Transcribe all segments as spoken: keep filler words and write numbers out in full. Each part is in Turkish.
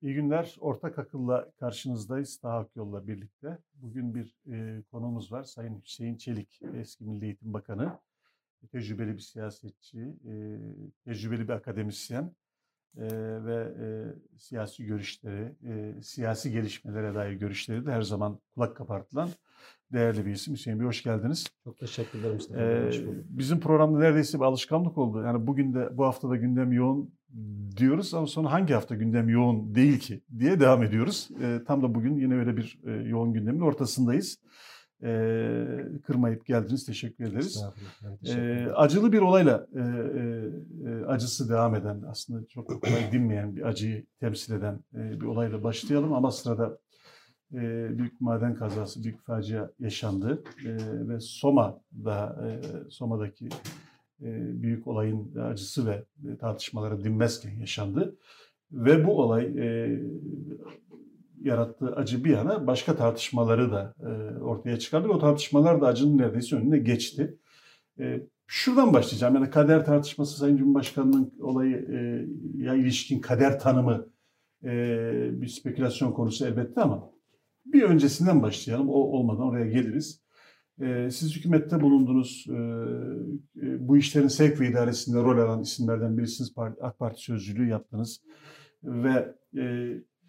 İyi günler. Ortak Akıl'la karşınızdayız. Daha Hak Yol'la birlikte. Bugün bir e, konuğumuz var. Sayın Hüseyin Çelik, eski Milli Eğitim Bakanı. Tecrübeli bir siyasetçi, e, tecrübeli bir akademisyen e, ve e, siyasi görüşleri, e, siyasi gelişmelere dair görüşleri de her zaman kulak kabartılan değerli bir isim. Hüseyin Bey hoş geldiniz. Çok teşekkür ederim Mustafa Ee, Hoş bulduk. Bizim programda neredeyse bir alışkanlık oldu. Yani bugün de bu hafta da gündem yoğun diyoruz ama sonra hangi hafta gündem yoğun değil ki diye devam ediyoruz. Ee, tam da bugün yine öyle bir e, yoğun gündemin ortasındayız. Ee, kırmayıp geldiniz. Teşekkür ederiz. Teşekkür Ee, acılı bir olayla e, e, acısı devam eden, aslında çok kolay dinmeyen bir acıyı temsil eden e, bir olayla başlayalım ama sırada e, büyük maden kazası, büyük facia yaşandı e, ve Soma'da, e, Soma'daki e, büyük olayın acısı ve e, tartışmaları dinmezken yaşandı ve bu olay e, yarattığı acı bir yana başka tartışmaları da e, ortaya çıkardı. O tartışmalar da acının neredeyse önüne geçti. E, şuradan başlayacağım. Yani kader tartışması, Sayın Cumhurbaşkanı'nın olayı e, ya ilişkin kader tanımı e, bir spekülasyon konusu elbette ama bir öncesinden başlayalım. O olmadan oraya geliriz. Ee, siz hükümette bulundunuz. Ee, bu işlerin sevk ve idaresinde rol alan isimlerden birisiniz. AK Parti sözcülüğü yaptınız. Ve e,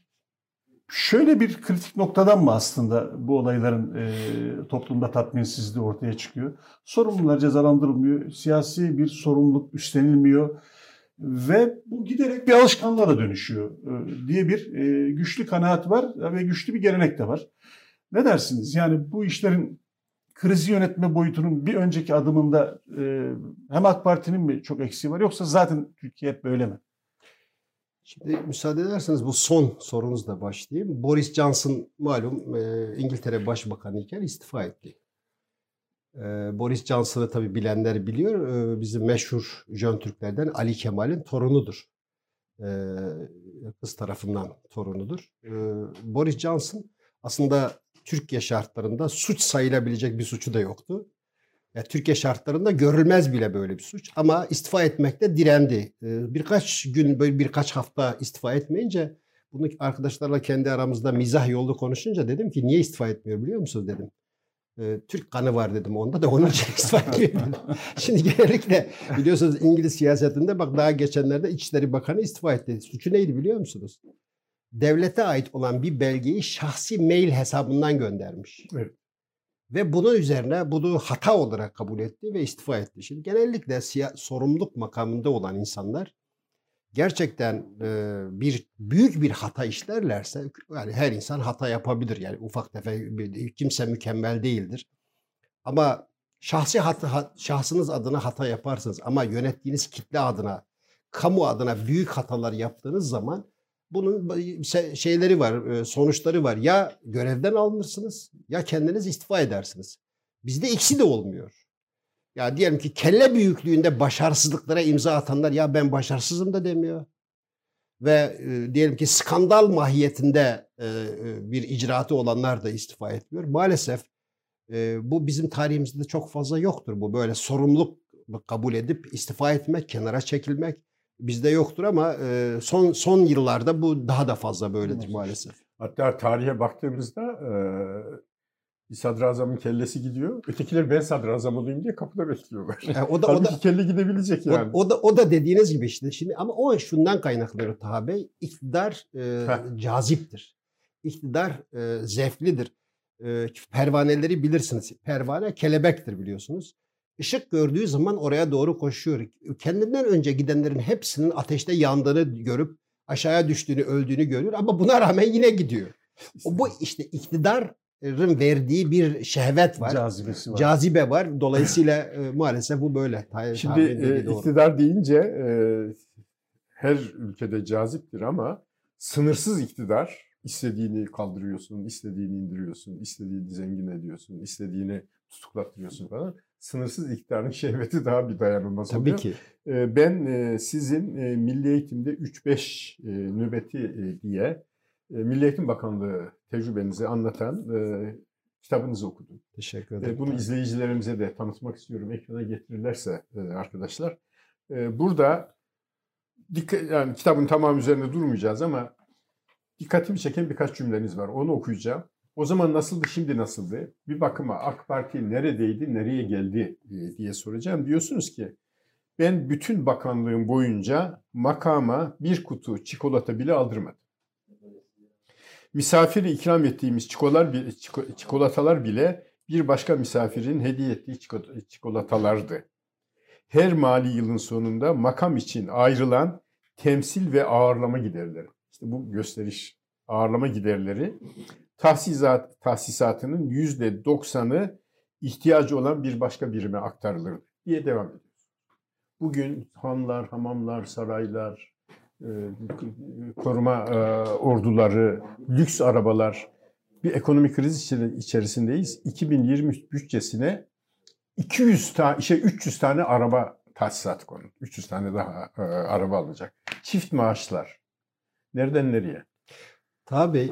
şöyle bir kritik noktadan mı aslında bu olayların e, toplumda tatminsizliği ortaya çıkıyor? Sorumlular cezalandırılmıyor. Siyasi bir sorumluluk üstlenilmiyor. Ve bu giderek bir alışkanlığa da dönüşüyor diye bir güçlü kanaat var ve güçlü bir gelenek de var. Ne dersiniz? Yani bu işlerin krizi yönetme boyutunun bir önceki adımında hem AK Parti'nin mi çok eksiği var yoksa zaten Türkiye hep böyle mi? Şimdi müsaade ederseniz bu son sorunuzla başlayayım. Boris Johnson malum İngiltere Başbakanı iken istifa etti. Boris Johnson'ı tabii bilenler biliyor. Bizim meşhur Jön Türklerden Ali Kemal'in torunudur. Kız tarafından torunudur. Boris Johnson aslında Türkiye şartlarında suç sayılabilecek bir suçu da yoktu. Yani Türkiye şartlarında görülmez bile böyle bir suç. Ama istifa etmekte direndi. Birkaç gün, böyle birkaç hafta istifa etmeyince bunu arkadaşlarla kendi aramızda mizah yollu konuşunca dedim ki niye istifa etmiyor biliyor musunuz dedim. Türk kanı var dedim onda da onun için istifa etmiyor. Şimdi genellikle biliyorsunuz İngiliz siyasetinde bak daha geçenlerde İçişleri Bakanı istifa etti. Suçu neydi biliyor musunuz? Devlete ait olan bir belgeyi şahsi mail hesabından göndermiş. Evet. Ve bunun üzerine bunu hata olarak kabul etti ve istifa etti. Şimdi genellikle siya- sorumluluk makamında olan insanlar gerçekten e, bir büyük bir hata işlerlerse, yani her insan hata yapabilir. Yani ufak tefek kimse mükemmel değildir. Ama şahsi hata, şahsınız adına hata yaparsınız ama yönettiğiniz kitle adına, kamu adına büyük hatalar yaptığınız zaman bunun şeyleri var, sonuçları var. Ya görevden alınırsınız ya kendiniz istifa edersiniz. Bizde ikisi de olmuyor. Ya diyelim ki kelle büyüklüğünde başarısızlıklara imza atanlar ya ben başarısızım da demiyor. Ve e, diyelim ki skandal mahiyetinde e, e, bir icraatı olanlar da istifa etmiyor. Maalesef e, bu bizim tarihimizde çok fazla yoktur. Bu böyle sorumluluk kabul edip istifa etmek, kenara çekilmek bizde yoktur ama e, son son yıllarda bu daha da fazla böyledir maalesef. Hatta tarihe baktığımızda e, bir sadrazamın kellesi gidiyor. Ötekiler ben sadrazam olayım diye kapıda bekliyorlar. Yani o da, Halbuki o da, kelle gidebilecek yani. O, o da o da dediğiniz gibi işte şimdi ama o şundan kaynaklanıyor Taha Bey. İktidar e, caziptir. İktidar e, zevklidir. E, pervaneleri bilirsiniz. Pervane kelebektir biliyorsunuz. Işık gördüğü zaman oraya doğru koşuyor. Kendinden önce gidenlerin hepsinin ateşte yandığını görüp aşağıya düştüğünü, öldüğünü görüyor ama buna rağmen yine gidiyor. O bu işte iktidar verdiği bir şehvet var. Cazibesi var. Cazibe var. Dolayısıyla e, maalesef bu böyle. Şimdi e, iktidar deyince e, her ülkede caziptir ama sınırsız iktidar, istediğini kaldırıyorsun, istediğini indiriyorsun, istediğini zengin ediyorsun, istediğini tutuklattırıyorsun falan. Sınırsız iktidarın şehveti daha bir dayanılmaz Tabii oluyor. ki. E, ben e, sizin e, Milli Eğitim'de üç beş e, nöbeti e, diye Milli Eğitim Bakanlığı tecrübenizi anlatan e, kitabınızı okudum. Teşekkür ederim. E, bunu izleyicilerimize de tanıtmak istiyorum. Ekrana getirirlerse e, arkadaşlar. E, burada dikkat, yani kitabın tamamı üzerinde durmayacağız ama dikkatimi çeken birkaç cümleniz var. Onu okuyacağım. O zaman nasıldı, şimdi nasıldı? Bir bakıma AK Parti neredeydi, nereye geldi diye soracağım. Diyorsunuz ki ben bütün bakanlığım boyunca makama bir kutu çikolata bile aldırmadım. Misafiri ikram ettiğimiz çikolatalar bile bir başka misafirin hediye ettiği çikolatalardı. Her mali yılın sonunda makam için ayrılan temsil ve ağırlama giderleri. İşte bu gösteriş ağırlama giderleri tahsisat, tahsisatının yüzde doksanı ihtiyacı olan bir başka birime aktarılır diye devam ediyor. Bugün hanlar, hamamlar, saraylar, koruma orduları, lüks arabalar, bir ekonomik kriz içerisindeyiz. iki bin yirmi üç bütçesine iki yüz tane, şey üç yüz tane araba tahsisatı konuldu. üç yüz tane daha e, araba alacak. Çift maaşlar. Nereden nereye? Tabii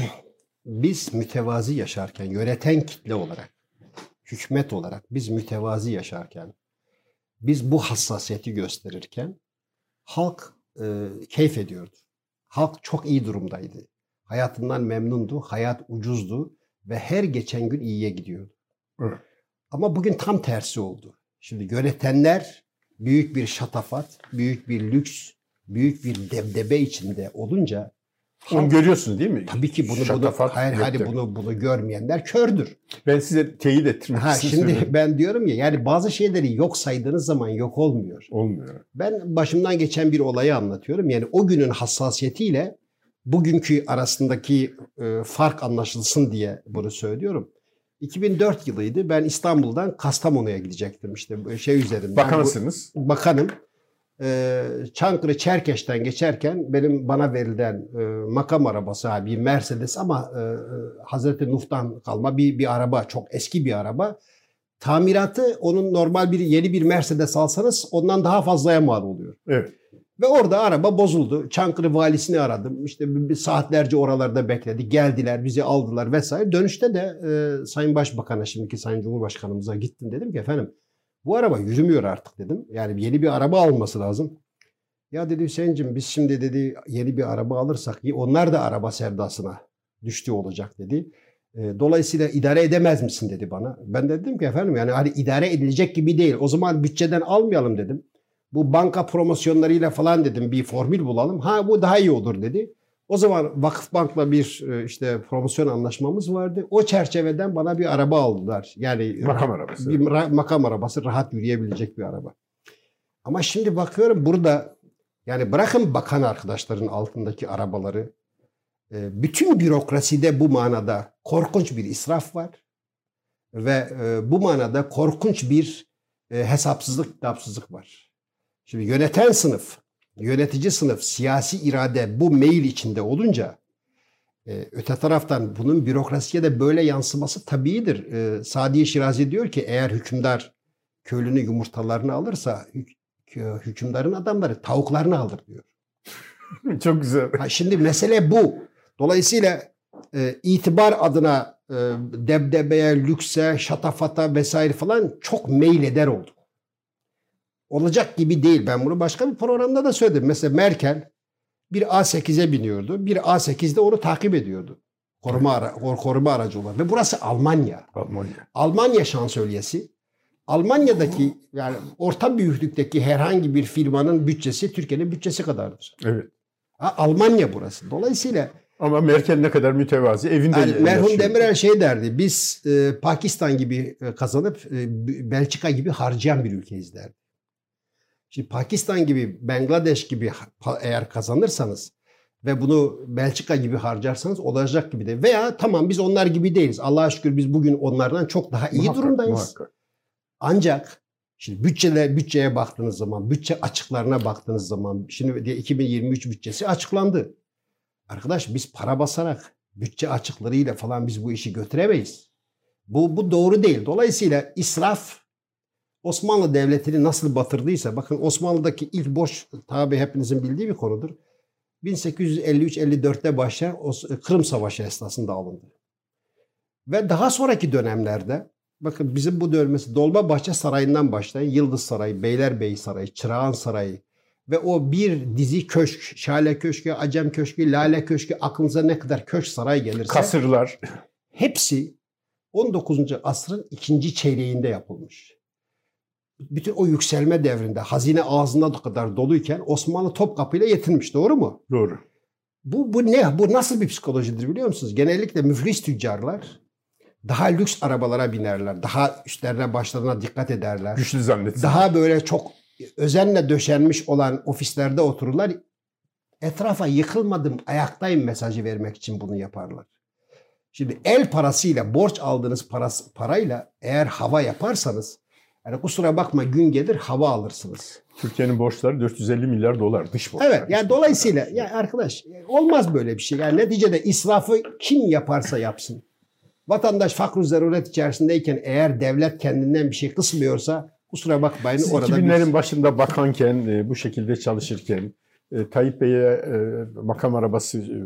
biz mütevazi yaşarken, yöneten kitle olarak, hükümet olarak biz mütevazi yaşarken, biz bu hassasiyeti gösterirken halk e, keyif ediyordu. Halk çok iyi durumdaydı. Hayatından memnundu, hayat ucuzdu ve her geçen gün iyiye gidiyordu. Evet. Ama bugün tam tersi oldu. Şimdi yönetenler büyük bir şatafat, büyük bir lüks, büyük bir debdebe içinde olunca onu halk, görüyorsunuz değil mi? Tabii ki bunu şatafat, bunu hayır hayır bunu bunu görmeyenler kördür. Ben size teyit ettirmek ha, için şimdi söylüyorum. Ben diyorum ya yani bazı şeyleri yok saydığınız zaman yok olmuyor. Olmuyor. Ben başımdan geçen bir olayı anlatıyorum. Yani o günün hassasiyetiyle bugünkü arasındaki e, fark anlaşılsın diye bunu söylüyorum. iki bin dört yılıydı. Ben İstanbul'dan Kastamonu'ya gidecektim işte şey üzerinden. Bakansınız. Bu, bakanım. Ee, Çankırı Çerkeş'ten geçerken benim bana verilen e, makam arabası bir Mercedes ama e, Hazreti Nuh'tan kalma bir bir araba, çok eski bir araba. Tamiratı onun normal bir yeni bir Mercedes alsanız ondan daha fazlaya mal oluyor. Evet. Ve orada araba bozuldu. Çankırı valisini aradım. İşte bir, bir saatlerce oralarda bekledi. Geldiler, bizi aldılar vesaire. Dönüşte de e, Sayın Başbakan'a, şimdiki Sayın Cumhurbaşkanımıza gittim. Dedim ki efendim bu araba yürümüyor artık dedim. Yani yeni bir araba alması lazım. Ya dedi Hüseyin'cim biz şimdi dedi yeni bir araba alırsak onlar da araba sevdasına düştüğü olacak dedi. E, dolayısıyla idare edemez misin dedi bana. Ben de dedim ki efendim yani hani idare edilecek gibi değil. O zaman bütçeden almayalım dedim. Bu banka promosyonlarıyla falan dedim bir formül bulalım. Ha bu daha iyi olur dedi. O zaman Vakıfbank'la bir işte promosyon anlaşmamız vardı. O çerçeveden bana bir araba aldılar. Yani makam arabası. Bir makam arabası, rahat yürüyebilecek bir araba. Ama şimdi bakıyorum burada yani bırakın bakan arkadaşların altındaki arabaları. Bütün bürokraside bu manada korkunç bir israf var. Ve bu manada korkunç bir hesapsızlık, kitapsızlık var. Şimdi yöneten sınıf, yönetici sınıf, siyasi irade bu meyil içinde olunca e, öte taraftan bunun bürokrasiye de böyle yansıması tabiidir. E, Sadiye Şirazi diyor ki eğer hükümdar köylünün yumurtalarını alırsa hük, hükümdarın adamları tavuklarını alır diyor. Çok güzel. Ha, şimdi mesele bu. Dolayısıyla e, itibar adına e, debdebeye, lükse, şatafata vesaire falan çok meyleder oldu. Olacak gibi değil. Ben bunu başka bir programda da söyledim. Mesela Merkel bir A sekize biniyordu. Bir A sekizde onu takip ediyordu. Koruma, ara, koruma aracı olarak. Ve burası Almanya. Almanya. Almanya şansölyesi. Almanya'daki yani orta büyüklükteki herhangi bir firmanın bütçesi Türkiye'nin bütçesi kadardır. Evet. Ha, Almanya burası. Dolayısıyla ama Merkel ne kadar mütevazi evinde yani merhum yaşıyor. Demirel şey derdi. Biz e, Pakistan gibi kazanıp e, Belçika gibi harcayan bir ülkeyiz derdi. Şimdi Pakistan gibi, Bangladeş gibi eğer kazanırsanız ve bunu Belçika gibi harcarsanız olacak gibi de. Veya tamam biz onlar gibi değiliz. Allah'a şükür biz bugün onlardan çok daha iyi muhakkak, durumdayız. Muhakkak. Ancak şimdi bütçeler, bütçeye baktığınız zaman, bütçe açıklarına baktığınız zaman, şimdi iki bin yirmi üç bütçesi açıklandı. Arkadaş biz para basarak, bütçe açıklarıyla falan biz bu işi götüremeyiz. Bu, bu doğru değil. Dolayısıyla israf Osmanlı Devleti'ni nasıl batırdıysa, bakın Osmanlı'daki ilk borç tabi hepinizin bildiği bir konudur. bin sekiz yüz elli üç elli dörtte başlayan Kırım Savaşı esnasında alındı. Ve daha sonraki dönemlerde, bakın bizim bu dönmesi Dolmabahçe Sarayı'ndan başlayan Yıldız Sarayı, Beylerbeyi Sarayı, Çırağan Sarayı, ve o bir dizi köşk, Şale Köşkü, Acem Köşkü, Lale Köşkü, aklınıza ne kadar köşk saray gelirse kasırlar hepsi on dokuzuncu asrın ikinci çeyreğinde yapılmış. Bütün o yükselme devrinde hazine ağzına kadar doluyken Osmanlı Topkapı ile yetinmiş. Doğru mu? doğru. Bu, bu ne? Bu nasıl bir psikolojidir biliyor musunuz? Genellikle müflis tüccarlar daha lüks arabalara binerler. Daha üstlerine başlarına dikkat ederler. Güçlü zannetsin. Daha böyle çok özenle döşenmiş olan ofislerde otururlar. Etrafa yıkılmadım, ayaktayım mesajı vermek için bunu yaparlar. Şimdi el parasıyla, borç aldığınız parası, parayla eğer hava yaparsanız, yani kusura bakma gün gelir hava alırsınız. Türkiye'nin borçları dört yüz elli milyar dolar dış borçlar. Evet, yani dolayısıyla ya arkadaş olmaz böyle bir şey. Yani neticede israfı kim yaparsa yapsın. Vatandaş fakr-ı zaruret içerisindeyken eğer devlet kendinden bir şey kısmıyorsa kusura bakmayın Siz orada iki binlerin bir... başında bakanken, e, bu şekilde çalışırken e, Tayyip Bey'e e, makam arabası e,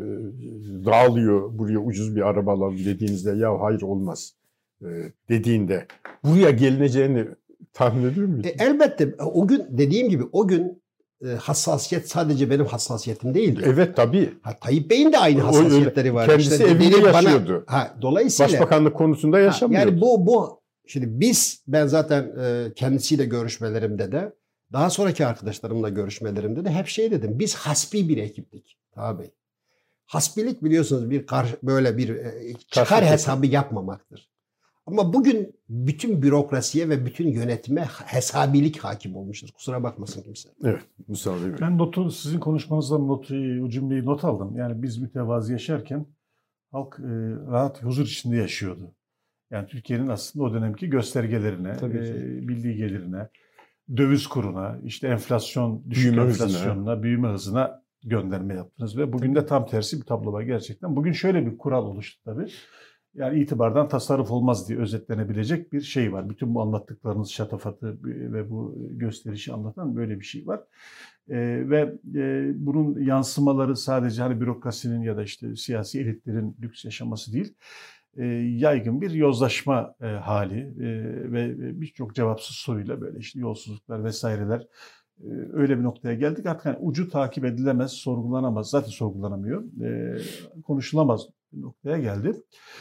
dağılıyor, buraya ucuz bir araba alalım dediğinizde ya hayır olmaz e, dediğinde buraya gelineceğini tahmin ediyor muydun? E, elbette o gün dediğim gibi o gün e, hassasiyet sadece benim hassasiyetim değildi. Evet tabii. Ha, Tayyip Bey'in de aynı hassasiyetleri var. Kendisi İşte evinde dediğim bana- yaşıyordu. ha, dolayısıyla Başbakanlık konusunda ha, yaşamıyor. yani bu bu şimdi biz ben zaten e, kendisiyle görüşmelerimde de daha sonraki arkadaşlarımla görüşmelerimde de hep şey dedim. Biz hasbi bir ekiptik tabii. Hasbilik biliyorsunuz bir kar, böyle bir e, çıkar Karşı- hesabı yapmamaktır. Ama bugün bütün bürokrasiye ve bütün yönetime hesabilik hakim olmuştur. Kusura bakmasın kimse. Evet, Mustafa Bey. Ben notu, sizin konuşmanızdan notu, o cümleyi not aldım. Yani biz mütevazi yaşarken halk e, rahat, huzur içinde yaşıyordu. Yani Türkiye'nin aslında o dönemki göstergelerine, Tabii ki. e, milli gelirine, döviz kuruna, işte enflasyon, düşük Büyüme hızına. enflasyonuna, büyüme hızına gönderme yaptınız. Ve bugün de tam tersi bir tablo var gerçekten. Bugün şöyle bir kural oluştu tabii. Yani itibardan tasarruf olmaz diye özetlenebilecek bir şey var. Bütün bu anlattıklarınız şatafatı ve bu gösterişi anlatan böyle bir şey var. Ee, ve e, bunun yansımaları sadece hani bürokrasinin ya da işte siyasi elitlerin lüks yaşaması değil, e, yaygın bir yozlaşma e, hali e, ve birçok cevapsız soruyla böyle işte yolsuzluklar vesaireler e, öyle bir noktaya geldik. Artık yani ucu takip edilemez, sorgulanamaz, zaten sorgulanamıyor, e, konuşulamaz bir noktaya geldi.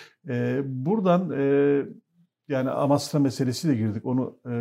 E, buradan e, yani Amasra meselesiyle girdik. Onu e,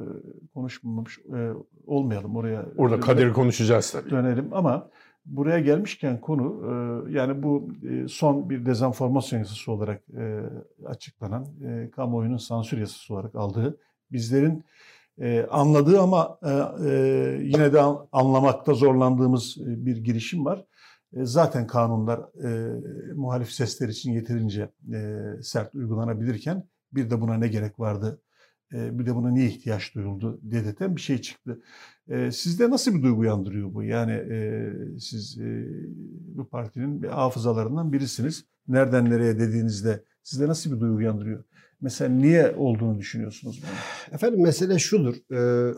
konuşmamış e, olmayalım oraya. Orada kaderi konuşacağız tabii. Dönelim ama buraya gelmişken konu e, yani bu e, son bir dezenformasyon yasası olarak e, açıklanan e, kamuoyunun sansür yasası olarak aldığı bizlerin e, anladığı ama e, e, yine de an, anlamakta zorlandığımız e, bir girişim var. E, zaten kanunlar e, muhalif sesler için yeterince e, sert uygulanabilirken bir de buna ne gerek vardı, e, bir de buna niye ihtiyaç duyuldu dedirten bir şey çıktı. E, sizde nasıl bir duygu uyandırıyor bu? Yani e, siz e, bu partinin bir hafızalarından birisiniz. Nereden nereye dediğinizde sizde nasıl bir duygu uyandırıyor? Mesela niye olduğunu düşünüyorsunuz bunu? Efendim mesele şudur. E,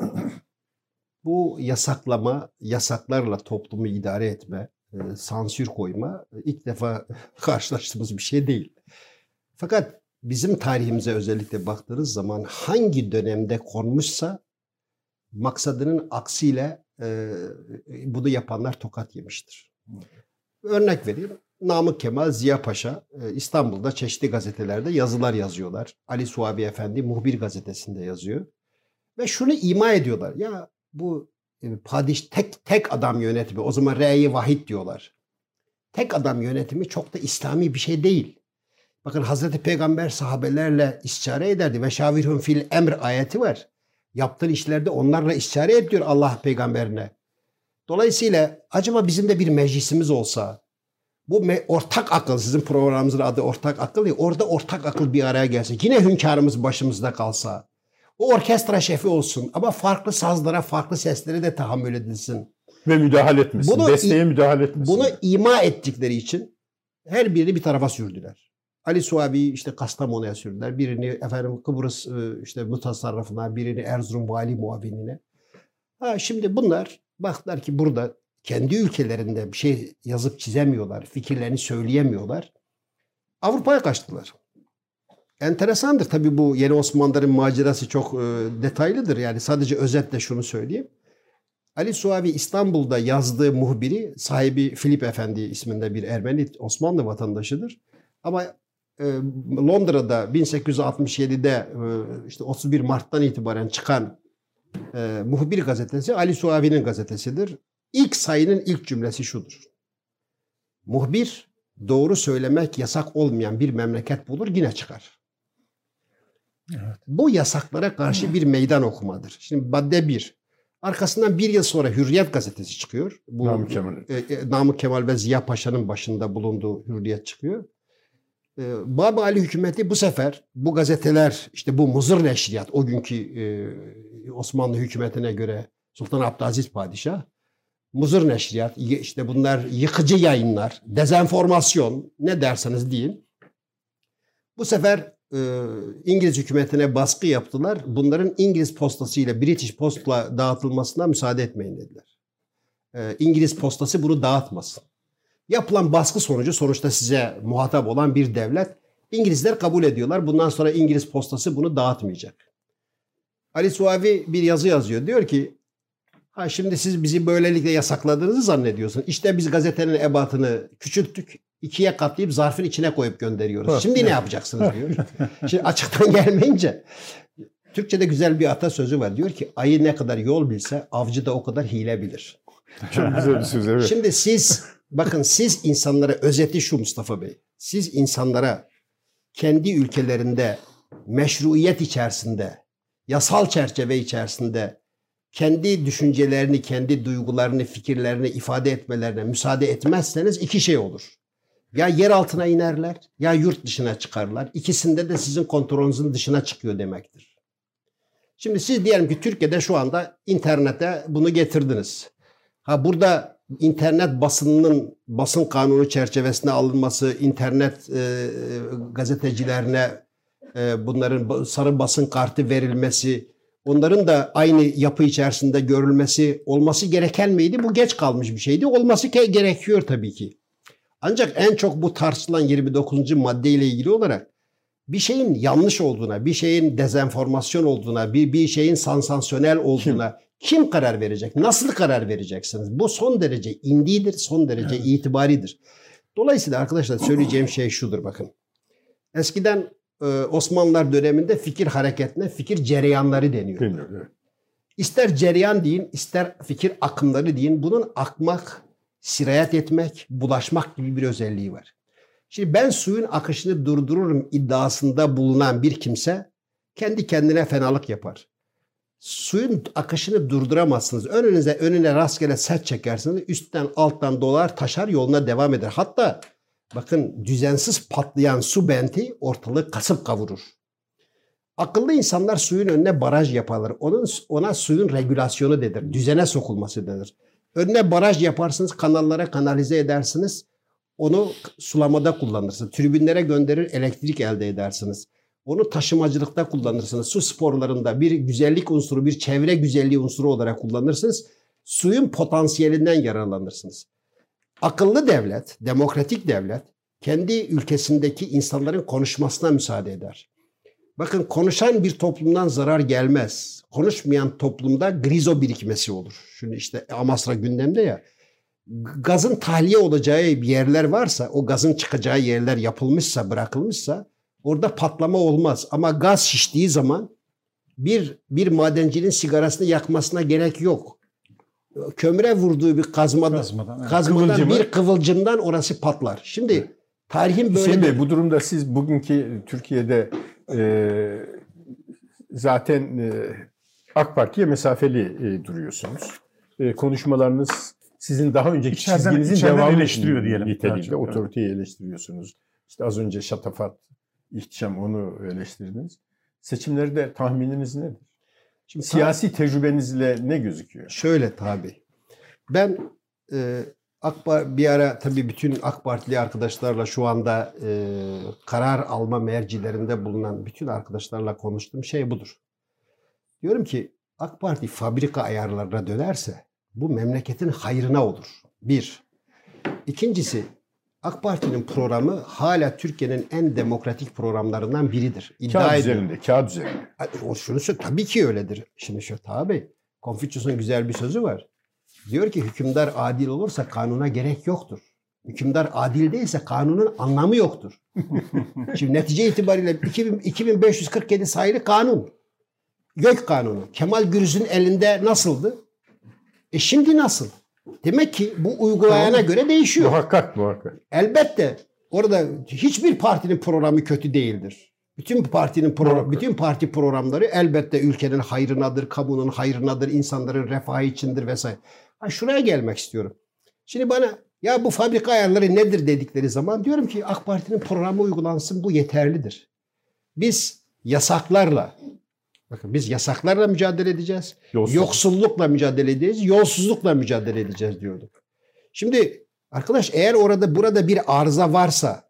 bu yasaklama, yasaklarla toplumu idare etme, e, sansür koyma e, ilk defa karşılaştığımız bir şey değil. Fakat bizim tarihimize özellikle baktığınız zaman hangi dönemde konmuşsa maksadının aksiyle e, bunu yapanlar tokat yemiştir. Örnek vereyim. Namık Kemal, Ziya Paşa e, İstanbul'da çeşitli gazetelerde yazılar yazıyorlar. Ali Suavi Efendi Muhbir gazetesinde yazıyor. Ve şunu ima ediyorlar. Ya bu e, padiş tek tek adam yönetimi, o zaman Rey-i Vahid diyorlar. Tek adam yönetimi çok da İslami bir şey değil. Bakın Hazreti Peygamber sahabelerle istişare ederdi. Ve şavirhum fil emr ayeti var. Yaptığın işlerde onlarla istişare et diyor Allah peygamberine. Dolayısıyla acaba bizim de bir meclisimiz olsa, bu me- ortak akıl, sizin programınızın adı ortak akıl ya, orada ortak akıl bir araya gelse, yine hünkârımız başımızda kalsa, o orkestra şefi olsun ama farklı sazlara, farklı seslere de tahammül edilsin. Ve müdahale etmesin. Bunu, Desteğe müdahale etmesin. Bunu ima ettikleri için her birini bir tarafa sürdüler. Ali Suabi'yi işte Kastamonu'ya sürdüler. Birini efendim Kıbrıs işte mutasarrıfına, birini Erzurum vali muavinine. Ha şimdi bunlar baktılar ki burada kendi ülkelerinde bir şey yazıp çizemiyorlar, fikirlerini söyleyemiyorlar. Avrupa'ya kaçtılar. Enteresandır tabii bu Yeni Osmanlıların macerası çok e, detaylıdır. Yani sadece özetle şunu söyleyeyim. Ali Suavi İstanbul'da yazdığı muhbiri, sahibi Filip Efendi isminde bir Ermeni Osmanlı vatandaşıdır. Ama e, Londra'da bin sekiz yüz altmış yedide e, işte otuz bir Mart'tan itibaren çıkan e, muhbir gazetesi Ali Suavi'nin gazetesidir. İlk sayının ilk cümlesi şudur: muhbir doğru söylemek yasak olmayan bir memleket bulur yine çıkar. Evet. Bu yasaklara karşı bir meydan okumadır. Şimdi madde bir. Arkasından bir yıl sonra Hürriyet gazetesi çıkıyor. Bu, Namık Kemal. E, e, Namık Kemal ve Ziya Paşa'nın başında bulunduğu Hürriyet çıkıyor. E, Baba Ali hükümeti bu sefer bu gazeteler, işte bu muzır neşriyat, o günkü e, Osmanlı hükümetine göre Sultan Abdülaziz Padişah, muzır neşriyat, işte bunlar yıkıcı yayınlar, dezenformasyon, ne derseniz deyin. Bu sefer e, İngiliz hükümetine baskı yaptılar. Bunların İngiliz postası ile British Post'la dağıtılmasına müsaade etmeyin dediler. E, İngiliz postası bunu dağıtmasın. Yapılan baskı sonucu, sonuçta size muhatap olan bir devlet, İngilizler kabul ediyorlar. Bundan sonra İngiliz postası bunu dağıtmayacak. Ali Suavi bir yazı yazıyor. Diyor ki, ha şimdi siz bizi böylelikle yasakladığınızı zannediyorsunuz. İşte biz gazetenin ebatını küçülttük, ikiye katlayıp zarfın içine koyup gönderiyoruz. Şimdi ne yapacaksınız diyor. Şimdi açıktan gelmeyince, Türkçe'de güzel bir atasözü var. Diyor ki, ayı ne kadar yol bilse avcı da o kadar hile bilir. Çok güzel bir söz, evet. Şimdi siz, bakın siz insanlara, özeti şu Mustafa Bey, siz insanlara kendi ülkelerinde meşruiyet içerisinde, yasal çerçeve içerisinde kendi düşüncelerini, kendi duygularını, fikirlerini ifade etmelerine müsaade etmezseniz iki şey olur. Ya yer altına inerler, ya yurt dışına çıkarlar. İkisinde de sizin kontrolünüzün dışına çıkıyor demektir. Şimdi siz diyelim ki Türkiye'de şu anda internete bunu getirdiniz. Ha burada internet basınının basın kanunu çerçevesine alınması, internet e, gazetecilerine e, bunların sarı basın kartı verilmesi, onların da aynı yapı içerisinde görülmesi olması gereken miydi? Bu geç kalmış bir şeydi. Olması gerekiyor tabii ki. Ancak en çok bu tartışılan yirmi dokuzuncu maddeyle ilgili olarak bir şeyin yanlış olduğuna, bir şeyin dezenformasyon olduğuna, bir, bir şeyin sansasyonel olduğuna kim? kim karar verecek? Nasıl karar vereceksiniz? Bu son derece indidir, son derece evet. itibaridir. Dolayısıyla arkadaşlar söyleyeceğim şey şudur, bakın. Eskiden Osmanlılar döneminde fikir hareketine fikir cereyanları deniyor. Evet. İster cereyan deyin, ister fikir akımları deyin. Bunun akmak, sirayet etmek, bulaşmak gibi bir özelliği var. Şimdi ben suyun akışını durdururum iddiasında bulunan bir kimse kendi kendine fenalık yapar. Suyun akışını durduramazsınız. Önünüze önüne rastgele set çekersiniz. Üstten alttan dolar taşar, yoluna devam eder. Hatta bakın, düzensiz patlayan su benti ortalığı kasıp kavurur. Akıllı insanlar suyun önüne baraj yaparlar. Onun, ona suyun regülasyonu denir. Düzene sokulması denir. Önüne baraj yaparsınız, kanallara kanalize edersiniz. Onu sulamada kullanırsınız. Tribünlere gönderir, elektrik elde edersiniz. Onu taşımacılıkta kullanırsınız. Su sporlarında bir güzellik unsuru, bir çevre güzelliği unsuru olarak kullanırsınız. Suyun potansiyelinden yararlanırsınız. Akıllı devlet, demokratik devlet kendi ülkesindeki insanların konuşmasına müsaade eder. Bakın, konuşan bir toplumdan zarar gelmez. Konuşmayan toplumda grizo birikmesi olur. Şimdi işte Amasra gündemde ya. Gazın tahliye olacağı yerler varsa, o gazın çıkacağı yerler yapılmışsa, bırakılmışsa orada patlama olmaz. Ama gaz şiştiği zaman bir bir madencinin sigarasını yakmasına gerek yok. Kömüre vurduğu bir kazmadan, kazmadan, evet. kazmadan bir kıvılcımdan orası patlar. Şimdi tarihin böyle... Şimdi bu durumda siz bugünkü Türkiye'de e, zaten e, AK Parti'ye mesafeli e, duruyorsunuz. E, konuşmalarınız sizin daha önceki içeriden, çizginizin içeriden devamı eleştiriyor diyelim. Niteliğinde otoriteyi evet. eleştiriyorsunuz. İşte az önce şatafat, ihtişam, onu eleştirdiniz. Seçimlerde tahmininiz nedir? Şimdi siyasi tabi, tecrübenizle ne gözüküyor? Şöyle tabii. Ben e, AK Parti, bir ara tabii bütün AK Partili arkadaşlarla şu anda e, karar alma mercilerinde bulunan bütün arkadaşlarla konuştuğum şey budur. Diyorum ki AK Parti fabrika ayarlarına dönerse bu memleketin hayrına olur. Bir. İkincisi, AK Parti'nin programı hala Türkiye'nin en demokratik programlarından biridir. İddia kağıt üzerinde, kağıt üzerinde. O şunu söyle, tabii ki öyledir. Şimdi şu tabii, Konfüçyüs'ün güzel bir sözü var. Diyor ki hükümdar adil olursa kanuna gerek yoktur. Hükümdar adil değilse kanunun anlamı yoktur. Şimdi netice itibariyle iki bin beş yüz kırk yedi sayılı kanun. Gök Kanunu. Kemal Gürüz'ün elinde nasıldı? E şimdi nasıl? Demek ki bu uygulayana göre değişiyor. Muhakkak muhakkak. Elbette orada hiçbir partinin programı kötü değildir. Bütün partinin program, bütün parti programları elbette ülkenin hayrınadır, kamunun hayrınadır, insanların refahı içindir vesaire. Ha, şuraya gelmek istiyorum. Şimdi bana ya bu fabrika ayarları nedir dedikleri zaman diyorum ki AK Parti'nin programı uygulansın, bu yeterlidir. Biz yasaklarla, bakın biz yasaklarla mücadele edeceğiz, Yolsuzluk. yoksullukla mücadele edeceğiz, yolsuzlukla mücadele edeceğiz diyorduk. Şimdi arkadaş eğer orada burada bir arıza varsa,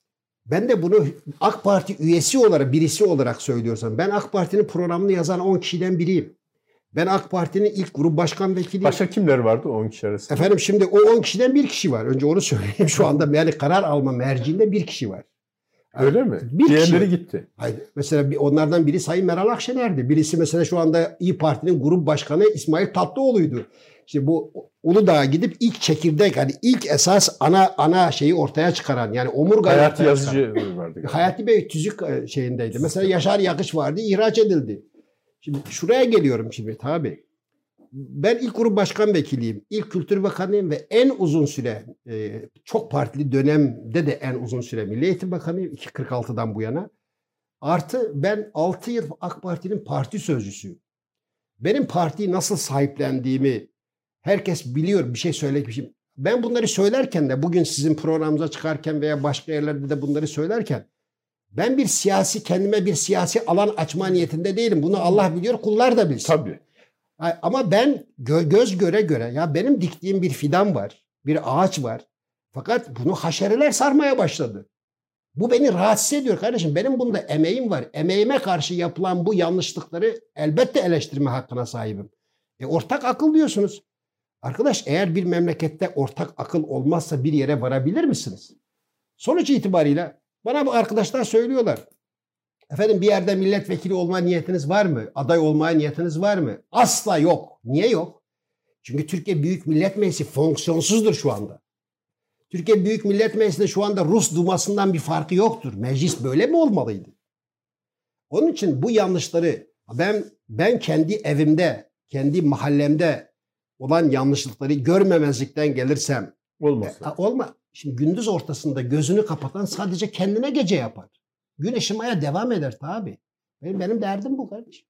ben de bunu AK Parti üyesi olarak, birisi olarak söylüyorsam, ben AK Parti'nin programını yazan on kişiden biriyim. Ben AK Parti'nin ilk grup başkan vekiliyim. Başka kimler vardı on kişi arasında? Efendim şimdi o on kişiden bir kişi var. Önce onu söyleyeyim. Şu anda yani karar alma merciinde bir kişi var. Öyle mi? Bir Diğerleri kişi. gitti. Hayır. Mesela bir, onlardan biri Sayın Meral Akşener'di. Birisi mesela şu anda İYİ Parti'nin grup başkanı İsmail Tatlıoğlu'ydu. İşte bu Uludağ'a gidip ilk çekirdek, hani ilk esas ana ana şeyi ortaya çıkaran, yani omurgayı Hayati ortaya Yazıcı çıkaran. vardı. Galiba. Hayati Bey tüzük şeyindeydi. Mesela Yaşar Yakış vardı, ihraç edildi. Şimdi şuraya geliyorum şimdi tabii. Ben ilk grup başkan vekiliyim. İlk Kültür Bakanıyım ve en uzun süre e, çok partili dönemde de en uzun süre Milli Eğitim Bakanıyım. iki bin kırk altıdan bu yana. Artı ben altı yıl AK Parti'nin parti sözcüsüyüm. Benim partiyi nasıl sahiplendiğimi herkes biliyor, bir şey söylemişim. Ben bunları söylerken de bugün sizin programınıza çıkarken veya başka yerlerde de bunları söylerken ben bir siyasi, kendime bir siyasi alan açma niyetinde değilim. Bunu Allah biliyor, kullar da bilsin. Tabii. Ama ben gö- göz göre göre, ya benim diktiğim bir fidan var, bir ağaç var. Fakat bunu haşereler sarmaya başladı. Bu beni rahatsız ediyor kardeşim. Benim bunda emeğim var. Emeğime karşı yapılan bu yanlışlıkları elbette eleştirme hakkına sahibim. E ortak akıl diyorsunuz. Arkadaş eğer bir memlekette ortak akıl olmazsa bir yere varabilir misiniz? Sonuç itibariyle bana bu arkadaşlar söylüyorlar. Efendim bir yerde milletvekili olma niyetiniz var mı? Aday olmaya niyetiniz var mı? Asla yok. Niye yok? Çünkü Türkiye Büyük Millet Meclisi fonksiyonsuzdur şu anda. Türkiye Büyük Millet Meclisi'nde şu anda Rus Duması'ndan bir farkı yoktur. Meclis böyle mi olmalıydı? Onun için bu yanlışları ben ben kendi evimde, kendi mahallemde olan yanlışlıkları görmemezlikten gelirsem Olmaz. e, olma. Şimdi gündüz ortasında gözünü kapatan sadece kendine gece yapar. Gün ışımaya devam eder tabi. Benim, benim derdim bu kardeşim.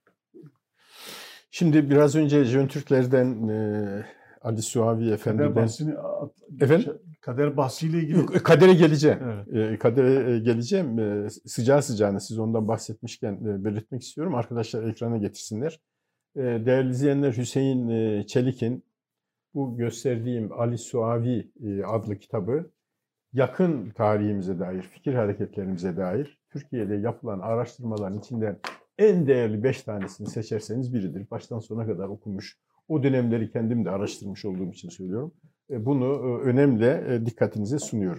Şimdi biraz önce Jön Türkler'den e, Ali Suavi Efendi'den... Kader bahsini, Efendim? Kader bahsiyle ilgili... Yok, Kader'e geleceğim. Evet. E, Kader'e geleceğim. E, sıcağı sıcağına siz ondan bahsetmişken e, belirtmek istiyorum. Arkadaşlar ekrana getirsinler. E, değerli izleyenler, Hüseyin e, Çelik'in bu gösterdiğim Ali Suavi e, adlı kitabı yakın tarihimize dair, fikir hareketlerimize dair Türkiye'de yapılan araştırmaların içinden en değerli beş tanesini seçerseniz biridir. Baştan sona kadar okunmuş. O dönemleri kendim de araştırmış olduğum için söylüyorum. Bunu önemli dikkatinize sunuyorum.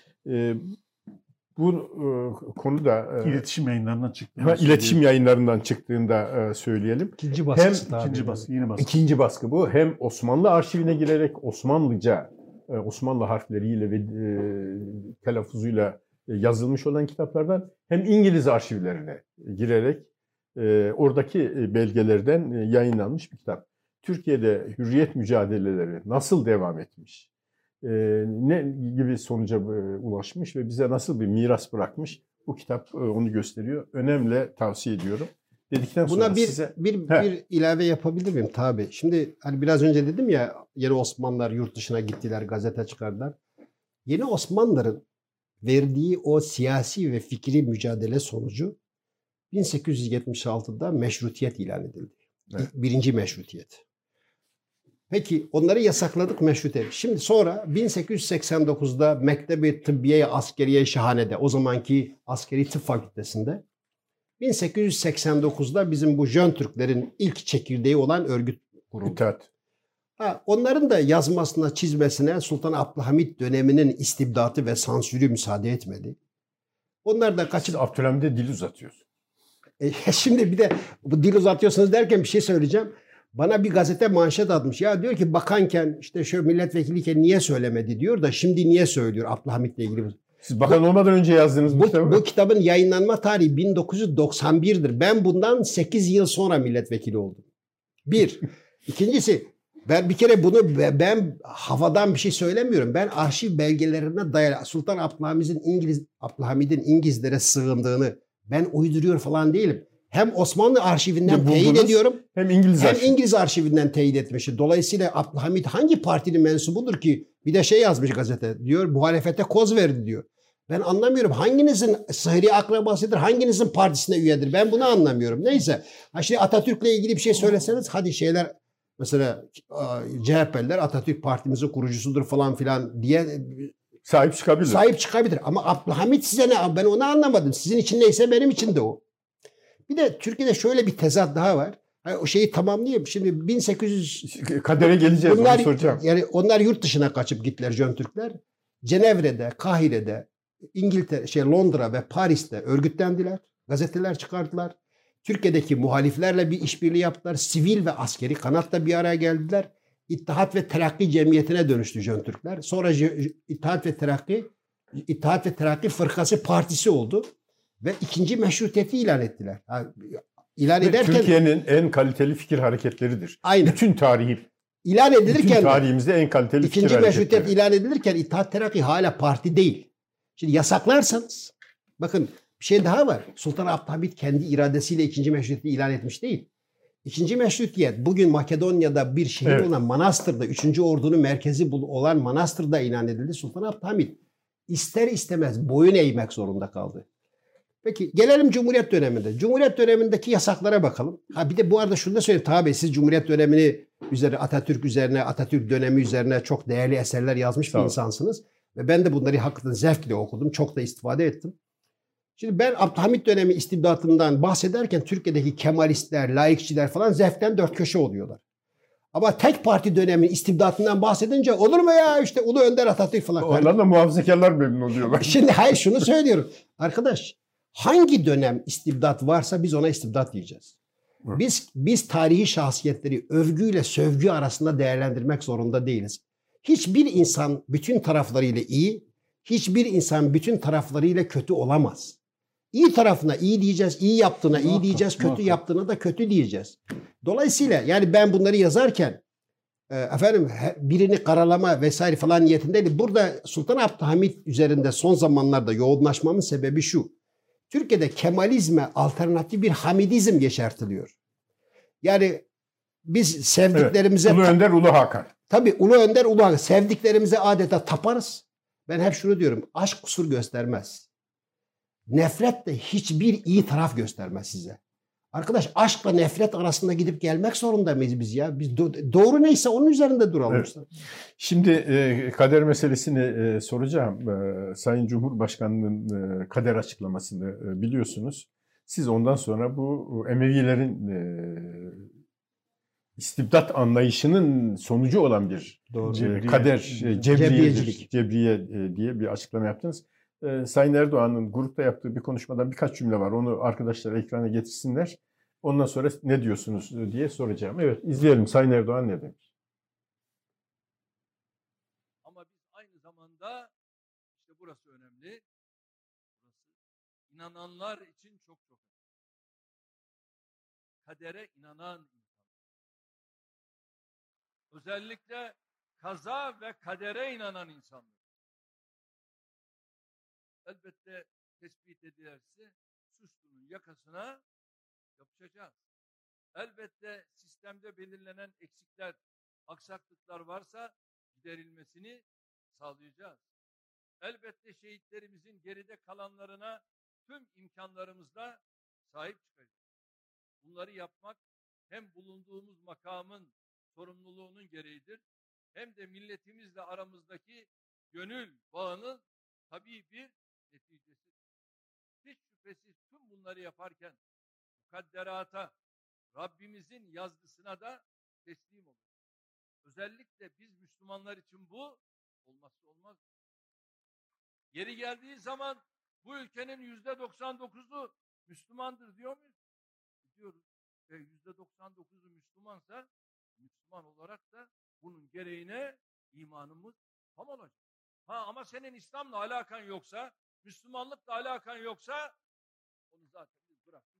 Bu konuda... İletişim yayınlarından çıktı. İletişim yayınlarından çıktığında söyleyelim. İkinci baskısı Hem, tabii. İkinci baskı, yeni baskı. İkinci baskı bu. Hem Osmanlı arşivine girerek Osmanlıca, Osmanlı harfleriyle ve e, telaffuzuyla yazılmış olan kitaplardan hem İngiliz arşivlerine girerek e, oradaki belgelerden yayınlanmış bir kitap. Türkiye'de hürriyet mücadeleleri nasıl devam etmiş, e, ne gibi sonuca e, ulaşmış ve bize nasıl bir miras bırakmış, bu kitap e, onu gösteriyor. Önemli, tavsiye ediyorum. Dedikten sonra Buna bir, size... bir, bir ilave yapabilir miyim? Tabii. Şimdi hani biraz önce dedim ya, yeni Osmanlılar yurt dışına gittiler, gazete çıkardılar. Yeni Osmanlıların verdiği o siyasi ve fikri mücadele sonucu bin sekiz yüz yetmiş altıda meşrutiyet ilan edildi. Evet. Birinci meşrutiyet. Peki onları yasakladık, meşrutiyet. Şimdi sonra bin sekiz yüz seksen dokuzda Mektebi Tıbbiye Askeriye Şahane'de, o zamanki Askeri Tıp Fakültesi'nde, bin sekiz yüz seksen dokuzda bizim bu Jön Türklerin ilk çekirdeği olan örgüt kuruldu. İttihat. Ha, onların da yazmasına, çizmesine Sultan Abdülhamit döneminin istibdatı ve sansürü müsaade etmedi. Onlar da kaçıp... Siz Abdülhamid'e dil uzatıyorsunuz. E, şimdi bir de bu dil uzatıyorsunuz derken bir şey söyleyeceğim. Bana bir gazete manşet atmış. Ya diyor ki bakanken işte şu milletvekiliyken niye söylemedi diyor da şimdi niye söylüyor Abdülhamit'le ilgili. Siz bakan olmadan önce yazdınız bu, Bu, kitabı. bu kitabın yayınlanma tarihi bin dokuz yüz doksan bir'dir. Ben bundan sekiz yıl sonra milletvekili oldum. Bir. İkincisi ben bir kere bunu ben havadan bir şey söylemiyorum. Ben arşiv belgelerine dayalı Sultan Abdülhamid'in İngiliz Abdülhamid'in İngilizlere sığındığını ben uyduruyor falan değilim. Hem Osmanlı arşivinden buldunuz, teyit ediyorum. Hem İngiliz hem arşivi. İngiliz arşivinden teyit etmişim. Dolayısıyla Abdülhamid hangi partinin mensubudur ki? Bir de şey yazmış gazete. Diyor muhalefete koz verdi diyor. Ben anlamıyorum. Hanginizin sıhri akrabasıdır? Hanginizin partisine üyedir? Ben bunu anlamıyorum. Neyse. Ha şimdi Atatürk'le ilgili bir şey söyleseniz hadi şeyler mesela C H P'liler Atatürk partimizin kurucusudur falan filan diye sahip çıkabilir. Sahip çıkabilir. Ama Abdülhamid size ne? Ben onu anlamadım. Sizin için neyse benim için de o. Bir de Türkiye'de şöyle bir tezat daha var. Yani o şeyi tamamlayayım. Şimdi bin sekiz yüz kadere geleceğiz, bunlar, onu soracağım. Yani onlar yurt dışına kaçıp gittiler Jön Türkler. Cenevre'de, Kahire'de, İngiltere, şey Londra ve Paris'te örgütlendiler. Gazeteler çıkardılar. Türkiye'deki muhaliflerle bir işbirliği yaptılar. Sivil ve askeri kanatla bir araya geldiler. İttihat ve Terakki Cemiyeti'ne dönüştü Jön Türkler. Sonra İttihat ve Terakki İttihat ve Terakki Fırkası Partisi oldu. Ve ikinci meşrutiyeti ilan ettiler. Yani ilan ederken Türkiye'nin en kaliteli fikir hareketleridir. Aynen. Bütün tarihi. İlan edilirken bütün tarihimizde en kaliteli fikir ikinci hareketleri. meşrutiyet ilan edilirken İttihat Terakki hala parti değil. Şimdi yasaklarsanız bakın bir şey daha var. Sultan Abdülhamid kendi iradesiyle ikinci meşrutiyeti ilan etmiş değil. İkinci meşrutiyet bugün Makedonya'da bir şehir evet. olan Manastır'da üçüncü ordunun merkezi olan Manastır'da ilan edildi. Sultan Abdülhamid ister istemez boyun eğmek zorunda kaldı. Peki gelelim Cumhuriyet döneminde. Cumhuriyet dönemindeki yasaklara bakalım. Ha bir de bu arada şunu da söyleyeyim. Tabii siz Cumhuriyet dönemini üzerine Atatürk üzerine, Atatürk dönemi üzerine çok değerli eserler yazmış bir insansınız. Ve ben de bunları hakikaten zevkle okudum. Çok da istifade ettim. Şimdi ben Abdülhamid dönemi istibdatından bahsederken Türkiye'deki Kemalistler, laikçiler falan zevkten dört köşe oluyorlar. Ama tek parti dönemin istibdatından bahsedince olur mu ya işte Ulu Önder Atatürk falan. Onlar da muhafazakarlar memnun oluyorlar. Şimdi hayır şunu söylüyorum. Arkadaş hangi dönem istibdat varsa biz ona istibdat diyeceğiz. Hı. Biz biz tarihi şahsiyetleri övgüyle sövgü arasında değerlendirmek zorunda değiliz. Hiçbir insan bütün taraflarıyla iyi, hiçbir insan bütün taraflarıyla kötü olamaz. İyi tarafına iyi diyeceğiz, iyi yaptığına iyi diyeceğiz, kötü muhakkak. Yaptığına da kötü diyeceğiz. Dolayısıyla yani ben bunları yazarken e, efendim birini karalama vesaire falan niyetinde değil. Burada Sultan Abdülhamid üzerinde son zamanlarda yoğunlaşmamın sebebi şu. Türkiye'de Kemalizme alternatif bir Hamidizm yeşertiliyor. Yani biz sevdiklerimize... Evet, Ulu Önder, Ulu Hakan. Tabii Ulu Önder, Ulu Hakan. Sevdiklerimize adeta taparız. Ben hep şunu diyorum. Aşk kusur göstermez. Nefret de hiçbir iyi taraf göstermez size. Arkadaş aşkla nefret arasında gidip gelmek zorunda mıyız biz ya? Biz do- doğru neyse onun üzerinde duralım. Evet. Şimdi e, kader meselesini e, soracağım. E, Sayın Cumhurbaşkanı'nın e, kader açıklamasını e, biliyorsunuz. Siz ondan sonra bu Emevilerin e, istibdat anlayışının sonucu olan bir Doğru. E, kader, e, cebriye, cebriye e, diye bir açıklama yaptınız. E, Sayın Erdoğan'ın grupta yaptığı bir konuşmadan birkaç cümle var. Onu arkadaşlar ekrana getirsinler. Ondan sonra ne diyorsunuz diye soracağım. Evet, izleyelim. Sayın Erdoğan ne demiş? Ama biz aynı zamanda işte burası önemli. Burası inananlar için çok çok önemli. Kadere inanan insan. Özellikle kaza ve kadere inanan insanlar. Elbette tespit edilirse suçlunun yakasına yapışacağız. Elbette sistemde belirlenen eksikler, aksaklıklar varsa giderilmesini sağlayacağız. Elbette şehitlerimizin geride kalanlarına tüm imkanlarımızla sahip çıkacağız. Bunları yapmak hem bulunduğumuz makamın sorumluluğunun gereğidir, hem de milletimizle aramızdaki gönül bağının tabii bir neticesi. Hiç şüphesiz tüm bunları yaparken mukadderata, Rabbimizin yazgısına da teslim olur. Özellikle biz Müslümanlar için bu olmazsa olmaz. Yeri geldiği zaman bu ülkenin yüzde doksan dokuzu Müslümandır diyor muyuz? Diyoruz. e, yüzde doksan dokuzu Müslümansa, Müslüman olarak da bunun gereğine imanımız tam olacak. Ha, ama senin İslam'la alakan yoksa, Müslümanlıkla alakan yoksa onu zaten biz bıraktık.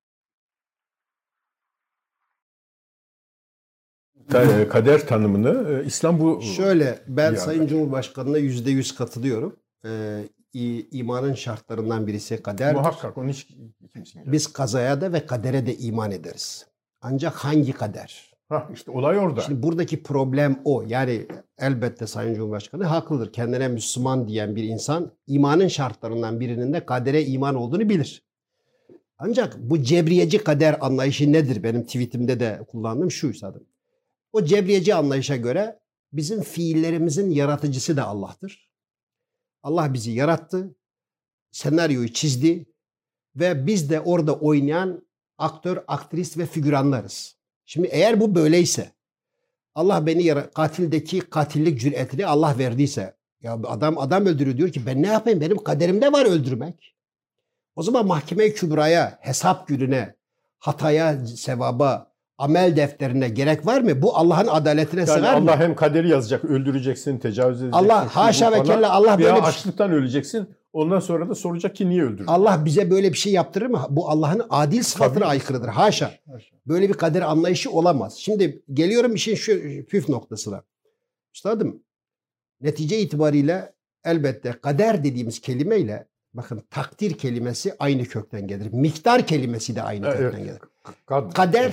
Kader tanımını İslam bu... Şöyle, ben yani. Sayın Cumhurbaşkanı'na yüzde yüz katılıyorum. Ee, imanın şartlarından birisi kaderdir. Muhakkak, onu hiç kimse. Biz kazaya da ve kadere de iman ederiz. Ancak hangi kader? Ha, işte olay orada. Şimdi buradaki problem o. Yani elbette Sayın Cumhurbaşkanı haklıdır. Kendine Müslüman diyen bir insan imanın şartlarından birinin de kadere iman olduğunu bilir. Ancak bu cebriyeci kader anlayışı nedir? Benim tweetimde de kullandığım şu üstadım. O cebriyeci anlayışa göre bizim fiillerimizin yaratıcısı da Allah'tır. Allah bizi yarattı, senaryoyu çizdi ve biz de orada oynayan aktör, aktris ve figüranlarız. Şimdi eğer bu böyleyse, Allah beni yara- katildeki katillik cüretini Allah verdiyse, ya adam adam öldürüyor diyor ki ben ne yapayım, benim kaderimde var öldürmek. O zaman mahkeme-i kübraya, hesap gününe, hataya, sevaba, amel defterine gerek var mı? Bu Allah'ın adaletine yani sığar mı? Allah hem kaderi yazacak, öldüreceksin, tecavüz edeceksin. Allah haşa ve kella Allah veya böyle bir açlıktan öleceksin. Ondan sonra da soracak ki niye öldürdün? Allah bize böyle bir şey yaptırır mı? Bu Allah'ın adil sıfatına Tabii. aykırıdır. Haşa. Böyle bir kader anlayışı olamaz. Şimdi geliyorum işin şu püf noktasına. Üstadım, netice itibariyle elbette kader dediğimiz kelimeyle bakın takdir kelimesi aynı kökten gelir. Miktar kelimesi de aynı Evet. kökten gelir. Kader. Kader,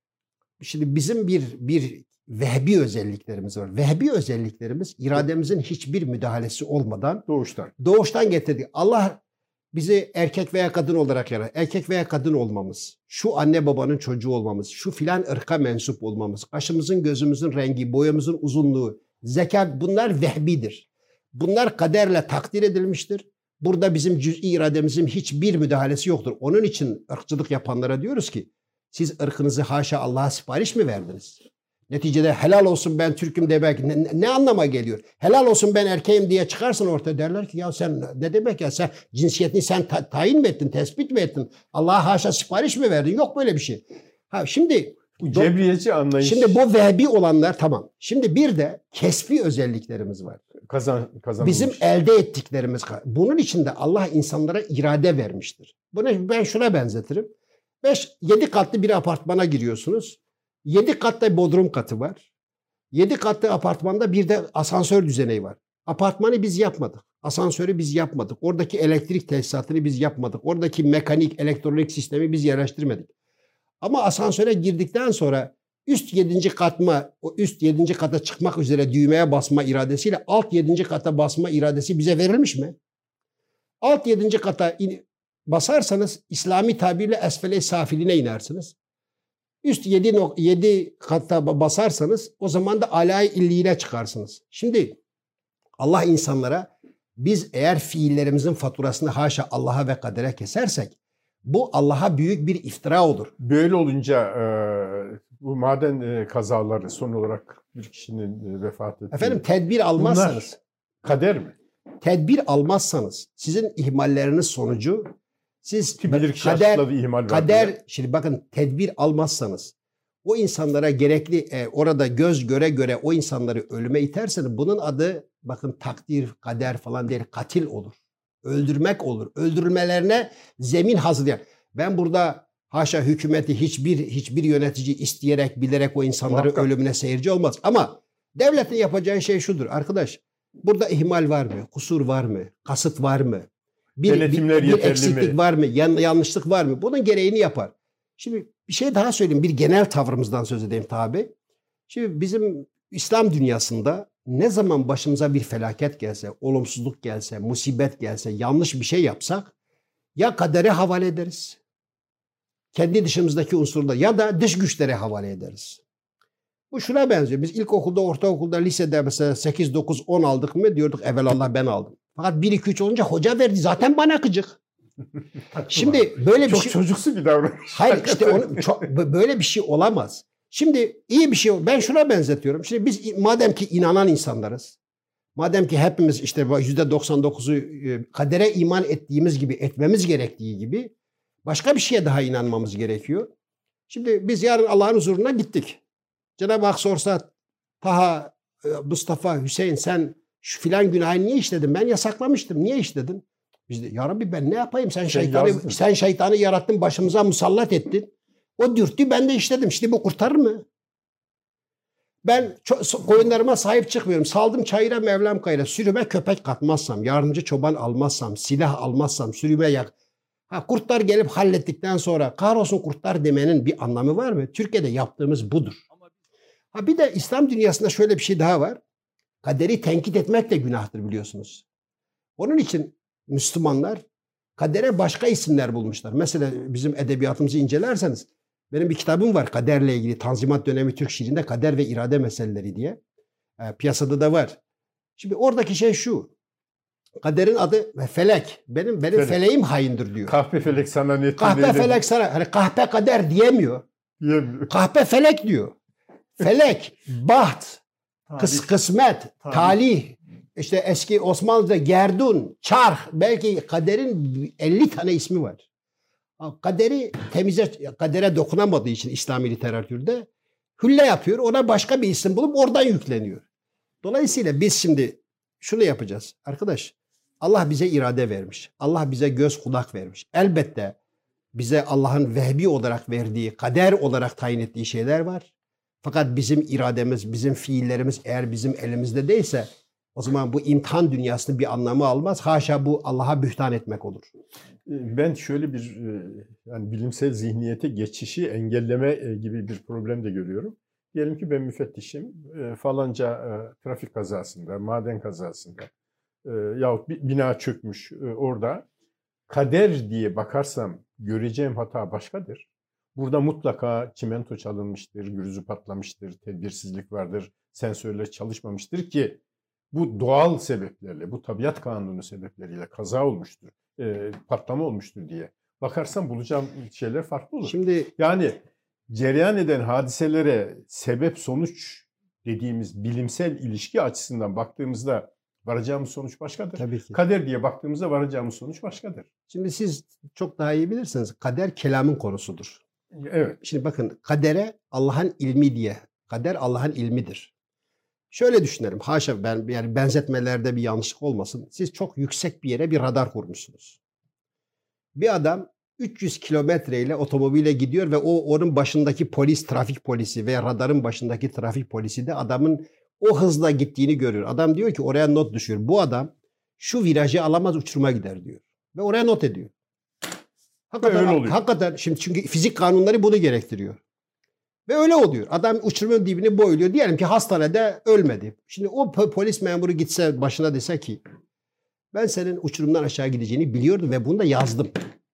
şimdi bizim bir bir vehbi özelliklerimiz var. Vehbi özelliklerimiz irademizin hiçbir müdahalesi olmadan Doğuştan. doğuştan getirdik. Allah bizi erkek veya kadın olarak yarattı. Erkek veya kadın olmamız, şu anne babanın çocuğu olmamız, şu filan ırka mensup olmamız, kaşımızın gözümüzün rengi, boyamızın uzunluğu, zeka, bunlar vehbidir. Bunlar kaderle takdir edilmiştir. Burada bizim cüz'i irademizin hiçbir müdahalesi yoktur. Onun için ırkçılık yapanlara diyoruz ki siz ırkınızı haşa Allah'a sipariş mi verdiniz? Neticede helal olsun ben Türk'üm demek ne, ne anlama geliyor? Helal olsun ben erkeğim diye çıkarsın ortaya, derler ki ya sen ne demek ya, sen cinsiyetini sen ta- tayin mi ettin, tespit mi ettin? Allah'a haşa sipariş mi verdin? Yok böyle bir şey. Ha şimdi Bu cebriyeci anlayış. Şimdi bu vehbi olanlar tamam. Şimdi bir de kesbi özelliklerimiz var. kazan kazanılmış. Bizim elde ettiklerimiz. Bunun için de Allah insanlara irade vermiştir. Bunu ben şuna benzetirim. beş yedi katlı bir apartmana giriyorsunuz. yedi katta bodrum katı var. yedi katlı apartmanda bir de asansör düzeneği var. Apartmanı biz yapmadık. Asansörü biz yapmadık. Oradaki elektrik tesisatını biz yapmadık. Oradaki mekanik, elektronik sistemi biz yerleştirmedik. Ama asansöre girdikten sonra üst yedinci katma, o üst yedinci kata çıkmak üzere düğmeye basma iradesiyle alt yedinci kata basma iradesi bize verilmiş mi? Alt yedinci kata in, basarsanız İslami tabirle esfele safiline inersiniz. Üst yedi kata basarsanız o zaman da alay illiğine çıkarsınız. Şimdi Allah insanlara biz eğer fiillerimizin faturasını haşa Allah'a ve kadere kesersek bu Allah'a büyük bir iftira olur. Böyle olunca e, bu maden e, kazaları son olarak bir kişinin e, vefat ettiği. Efendim tedbir almazsanız. Bunlar kader mi? Tedbir almazsanız sizin ihmalleriniz sonucu siz Ki bilirkişi kader, açıkladığı ihmal var. kader diye. şimdi bakın tedbir almazsanız o insanlara gerekli e, orada göz göre göre o insanları ölüme iterseniz bunun adı bakın takdir, kader falan değil, katil olur. Öldürmek olur. Öldürülmelerine zemin hazırlayan. Ben burada haşa hükümeti hiçbir hiçbir yönetici isteyerek bilerek o insanların Muhakkak. ölümüne seyirci olmaz. Ama devletin yapacağı şey şudur arkadaş. Burada ihmal var mı? Kusur var mı? Kasıt var mı? Bir, bir, Denetimler bir yeterli eksiklik mi? var mı? Yan, yanlışlık var mı? Bunun gereğini yapar. Şimdi bir şey daha söyleyeyim. Bir genel tavrımızdan söz edeyim tabi. Şimdi bizim İslam dünyasında ne zaman başımıza bir felaket gelse, olumsuzluk gelse, musibet gelse, yanlış bir şey yapsak ya kadere havale ederiz. Kendi dışımızdaki unsurda ya da dış güçlere havale ederiz. Bu şuna benziyor. Biz ilkokulda, ortaokulda, lisede mesela sekiz, dokuz, on aldık mı diyorduk evelallah ben aldım. Fakat bir, iki, üç olunca hoca verdi. Zaten bana gıcık. Şimdi böyle bir Çok şey... çocuksu bir davranış. Hayır işte onu, çok, böyle bir şey olamaz. Şimdi iyi bir şey, ben şuna benzetiyorum. Şimdi biz madem ki inanan insanlarız, madem ki hepimiz işte yüzde doksan dokuzu kadere iman ettiğimiz gibi, etmemiz gerektiği gibi başka bir şeye daha inanmamız gerekiyor. Şimdi biz yarın Allah'ın huzuruna gittik. Cenab-ı Hak sorsa Taha, Mustafa, Hüseyin sen şu filan günahı niye işledin? Ben yasaklamıştım. Niye işledin? Biz de ya Rabbi ben ne yapayım? Sen, Sen şeytanı yazdın. sen şeytanı yarattın, başımıza musallat ettin. O dürttü, ben de işledim. Şimdi bu kurtarır mı? Ben ço- koyunlarıma sahip çıkmıyorum. Saldım çayıra Mevlam kayra. Sürüme köpek katmazsam, yardımcı çoban almazsam, silah almazsam, sürüme yak. Ha, kurtlar gelip hallettikten sonra kahrolsun kurtlar demenin bir anlamı var mı? Türkiye'de yaptığımız budur. Ha, bir de İslam dünyasında şöyle bir şey daha var. Kaderi tenkit etmek de günahtır biliyorsunuz. Onun için Müslümanlar kadere başka isimler bulmuşlar. Mesela bizim edebiyatımızı incelerseniz benim bir kitabım var kaderle ilgili. Tanzimat dönemi Türk şiirinde kader ve irade meseleleri diye. E, piyasada da var. Şimdi oradaki şey şu. Kaderin adı felek. Benim benim Felek. feleğim haindir diyor. Kahpe felek sana ne? Kahpe felek sana. Hani kahpe kader diyemiyor. Diyemiyor. Kahpe felek diyor. Felek, baht, kıs Tarih. kısmet, Tarih. talih, işte eski Osmanlı'da gerdun, çarh, belki kaderin elli tane ismi var. Kaderi temize, kadere dokunamadığı için İslami literatürde hülle yapıyor. Ona başka bir isim bulup oradan yükleniyor. Dolayısıyla biz şimdi şunu yapacağız. Arkadaş, Allah bize irade vermiş. Allah bize göz kulak vermiş. Elbette bize Allah'ın vehbi olarak verdiği, kader olarak tayin ettiği şeyler var. Fakat bizim irademiz, bizim fiillerimiz eğer bizim elimizde değilse o zaman bu imtihan dünyasının bir anlamı almaz. Haşa bu Allah'a bühtan etmek olur. Ben şöyle bir yani bilimsel zihniyete geçişi engelleme gibi bir problem de görüyorum. Diyelim ki ben müfettişim, falanca trafik kazasında, maden kazasında yahut bir bina çökmüş orada. Kader diye bakarsam göreceğim hata başkadır. Burada mutlaka çimento çalınmıştır, gürüzü patlamıştır, tedbirsizlik vardır, sensörler çalışmamıştır ki bu doğal sebeplerle, bu tabiat kanunu sebepleriyle kaza olmuştur, e, patlama olmuştur diye bakarsam bulacağım şeyler farklı olur. Şimdi Yani cereyan eden hadiselere sebep sonuç dediğimiz bilimsel ilişki açısından baktığımızda varacağımız sonuç başkadır. tabii ki. Kader diye baktığımızda varacağımız sonuç başkadır. Şimdi siz çok daha iyi bilirsiniz. Kader kelamın konusudur. Evet. Şimdi bakın kadere Allah'ın ilmi diye. Kader Allah'ın ilmidir. Şöyle düşünelim. Haşa ben yani benzetmelerde bir yanlışlık olmasın. Siz çok yüksek bir yere bir radar kurmuşsunuz. Bir adam üç yüz kilometreyle otomobile gidiyor ve o onun başındaki polis, trafik polisi veya radarın başındaki trafik polisi de adamın o hızla gittiğini görüyor. Adam diyor ki oraya not düşüyor. Bu adam şu virajı alamaz uçuruma gider diyor. Ve oraya not ediyor. Hakikaten, öyle oluyor. hakikaten şimdi çünkü fizik kanunları bunu gerektiriyor. Ve öyle oluyor. Adam uçurumun dibini boyluyor. Diyelim ki hastanede ölmedi. Şimdi o polis memuru gitse başına dese ki ben senin uçurumdan aşağı gideceğini biliyordum ve bunu da yazdım.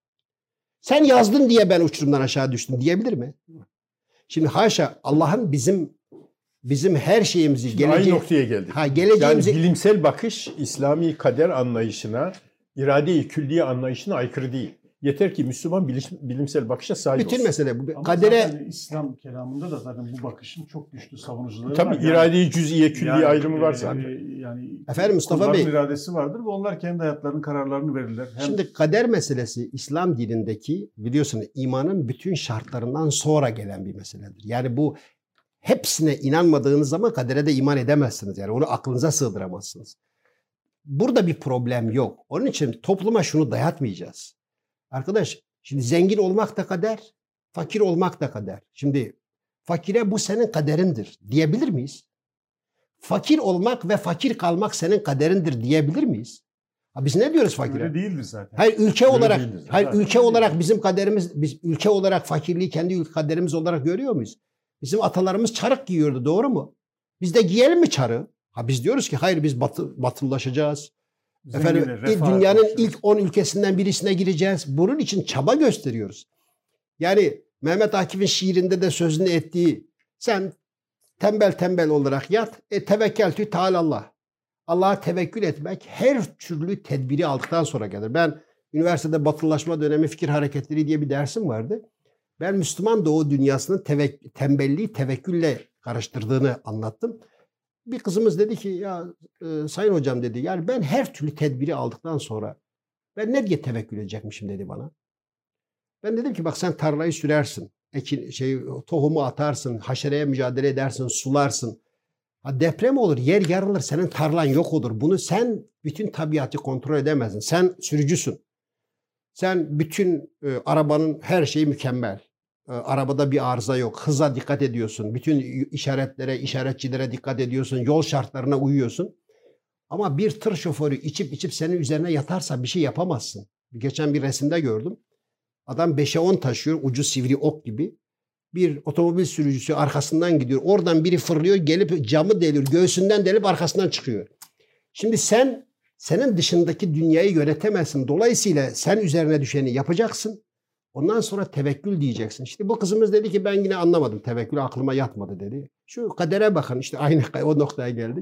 Sen yazdın diye ben uçurumdan aşağı düştüm diyebilir mi? Şimdi haşa Allah'ın bizim bizim her şeyimizi Şimdi aynı noktaya geldik. Ha, geleceğimizi Yani bilimsel bakış İslami kader anlayışına, irade-i külliye anlayışına aykırı değil. Yeter ki Müslüman bilimsel bakışa sahip bütün olsun. mesele bu. Ama Kadere zaten İslam kelamında da zaten bu bakışın çok güçlü savunucuları Tabii var. Yani- irade-i cüz'iye külliye yani, ayrımı var e, zaten. e, Yani Efendim Mustafa kulların Bey. iradesi vardır ve onlar kendi hayatlarının kararlarını verirler. Hem Şimdi kader meselesi İslam dinindeki biliyorsunuz imanın bütün şartlarından sonra gelen bir meseledir. Yani bu hepsine inanmadığınız zaman kadere de iman edemezsiniz. Yani onu aklınıza sığdıramazsınız. Burada bir problem yok. Onun için topluma şunu dayatmayacağız. Arkadaş şimdi zengin olmak da kader, fakir olmak da kader. Şimdi fakire bu senin kaderindir diyebilir miyiz? Fakir olmak ve fakir kalmak senin kaderindir diyebilir miyiz? Ha, biz ne diyoruz fakire? öyle değildir zaten. Hayır ülke Öyle olarak, değildir zaten. hayır Zaten ülke öyle olarak değil. bizim kaderimiz, biz ülke olarak fakirliği kendi ülke kaderimiz olarak görüyor muyuz? Bizim atalarımız çarık giyiyordu, doğru mu? Biz de giyelim mi çarığı? Ha biz diyoruz ki hayır biz batı, batılılaşacağız. Efendim Zengine, il- refah dünyanın konuşuyoruz. ilk on ülkesinden birisine gireceğiz. Bunun için çaba gösteriyoruz. Yani Mehmet Akif'in şiirinde de sözünü ettiği sen tembel tembel olarak yat. E tevekkeltü tealallah. Allah'a tevekkül etmek her türlü tedbiri aldıktan sonra gelir. Ben üniversitede batılılaşma dönemi fikir hareketleri diye bir dersim vardı. Ben Müslüman Doğu dünyasının tevek- tembelliği tevekkülle karıştırdığını anlattım. Bir kızımız dedi ki ya e, sayın hocam dedi yani ben her türlü tedbiri aldıktan sonra ben ne diye tevekkül edecekmişim dedi bana. Ben dedim ki bak sen tarlayı sürersin. ekin, şey tohumu atarsın, haşereye mücadele edersin, sularsın. Ha, deprem olur, yer yarılır, senin tarlan yok olur. Bunu sen bütün tabiatı kontrol edemezsin. Sen sürücüsün. Sen bütün e, arabanın her şeyi mükemmel. E, arabada bir arıza yok. Hıza dikkat ediyorsun. Bütün işaretlere, işaretçilere dikkat ediyorsun. Yol şartlarına uyuyorsun. Ama bir tır şoförü içip içip senin üzerine yatarsa bir şey yapamazsın. Geçen bir resimde gördüm. Adam beşe on taşıyor, ucu sivri ok gibi. Bir otomobil sürücüsü arkasından gidiyor. Oradan biri fırlıyor, gelip camı deliyor. Göğsünden delip arkasından çıkıyor. Şimdi sen, senin dışındaki dünyayı yönetemezsin. Dolayısıyla sen üzerine düşeni yapacaksın. Ondan sonra tevekkül diyeceksin. İşte bu kızımız dedi ki ben yine anlamadım. Tevekkül aklıma yatmadı dedi. Şu kadere bakın, işte aynı o noktaya geldik.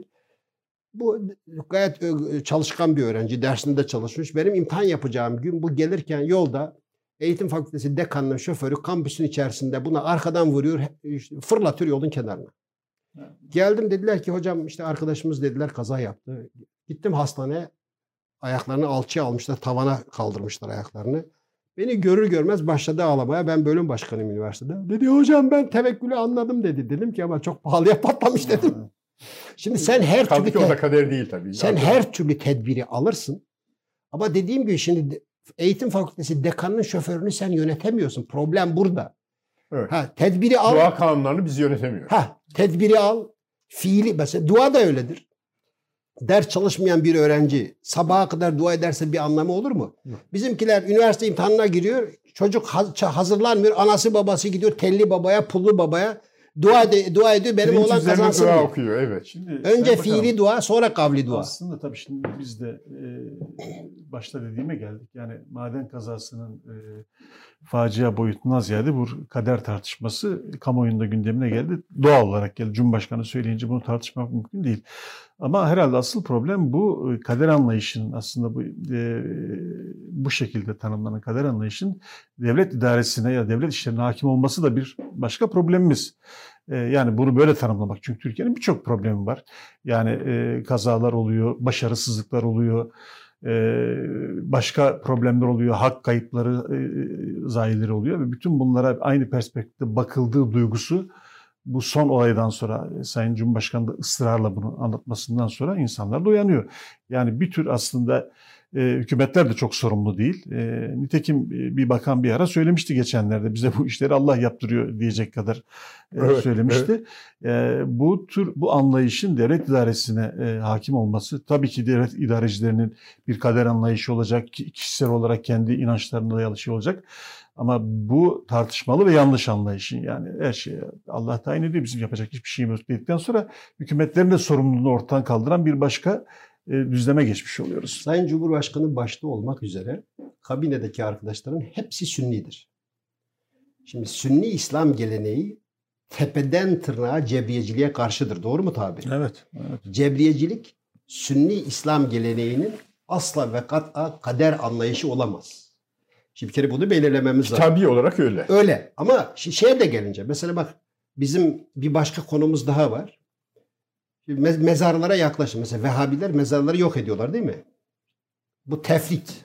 Bu gayet çalışkan bir öğrenci. Dersinde çalışmış. Benim imtihan yapacağım gün bu gelirken yolda Eğitim Fakültesi dekanının şoförü kampüsün içerisinde buna arkadan vuruyor, işte fırlatıyor yolun kenarına. Evet. Geldim, dediler ki hocam işte arkadaşımız dediler kaza yaptı. Gittim hastaneye, ayaklarını alçıya almışlar, tavana kaldırmışlar ayaklarını. Beni görür görmez başladı ağlamaya. Ben bölüm başkanıyım üniversitede. Dedi hocam ben tevekkülü anladım dedi. Dedim ki ama çok pahalıya patlamış dedim. Şimdi sen her Kaldı türlü ki o da kader değil tabii. Sen Zaten. her türlü tedbiri alırsın. Ama dediğim gibi şimdi Eğitim Fakültesi dekanının şoförünü sen yönetemiyorsun. Problem burada. Evet. Ha, tedbiri al. Dua kanunlarını biz yönetemiyoruz. Ha, tedbiri al. Fiili mesela dua da öyledir. Ders çalışmayan bir öğrenci sabaha kadar dua ederse bir anlamı olur mu? Yok. Bizimkiler üniversite imtihanına giriyor. Çocuk hazırlanmıyor. Anası babası gidiyor telli babaya, pullu babaya. Dua, de, dua ediyor. Benim Bilinç oğlan kazansın dua diyor. okuyor. Evet. Şimdi önce fiili dua, sonra kavli dua. Aslında tabii şimdi biz de e, başta dediğime geldik. Yani maden kazasının e, facia boyutundan ziyade bu kader tartışması kamuoyunda gündemine geldi. Doğal olarak geldi. Cumhurbaşkanı söyleyince bunu tartışmak mümkün değil. Ama herhalde asıl problem bu kader anlayışının, aslında bu e, bu şekilde tanımlanan kader anlayışının devlet idaresine ya devlet işlerine hakim olması da bir başka problemimiz. E, yani bunu böyle tanımlamak. Çünkü Türkiye'nin birçok problemi var. Yani e, kazalar oluyor, başarısızlıklar oluyor, e, başka problemler oluyor, hak kayıpları, e, zayileri oluyor ve bütün bunlara aynı perspektifte bakıldığı duygusu bu son olaydan sonra Sayın Cumhurbaşkanı da ısrarla bunu anlatmasından sonra insanlar da uyanıyor. Yani bir tür aslında e, hükümetler de çok sorumlu değil. E, nitekim bir bakan bir ara söylemişti geçenlerde, bize bu işleri Allah yaptırıyor diyecek kadar e, evet, söylemişti. Evet. E, bu tür bu anlayışın devlet idaresine e, hakim olması, tabii ki devlet idarecilerinin bir kader anlayışı olacak, kişisel olarak kendi inançlarına dayalı şey olacak. Ama bu tartışmalı ve yanlış anlayışın, yani her şeye Allah tayin ediyor, bizim yapacak hiçbir şeyimiz yok dedikten sonra hükümetlerin de sorumluluğunu ortadan kaldıran bir başka e, düzleme geçmiş oluyoruz. Sayın Cumhurbaşkanı başta olmak üzere kabinedeki arkadaşların hepsi Sünnidir. Şimdi Sünni İslam geleneği tepeden tırnağa cebriyeciliğe karşıdır. Doğru mu tabi? Evet, evet. Cebriyecilik Sünni İslam geleneğinin asla ve kat'a kader anlayışı olamaz. Şimdi bir kere bunu belirlememiz lazım. Tabii olarak öyle. Öyle. Ama şeye de gelince mesela bak, bizim bir başka konumuz daha var. Şimdi mezarlara yaklaşın. Mesela Vehhabiler mezarları yok ediyorlar değil mi? Bu tefrit.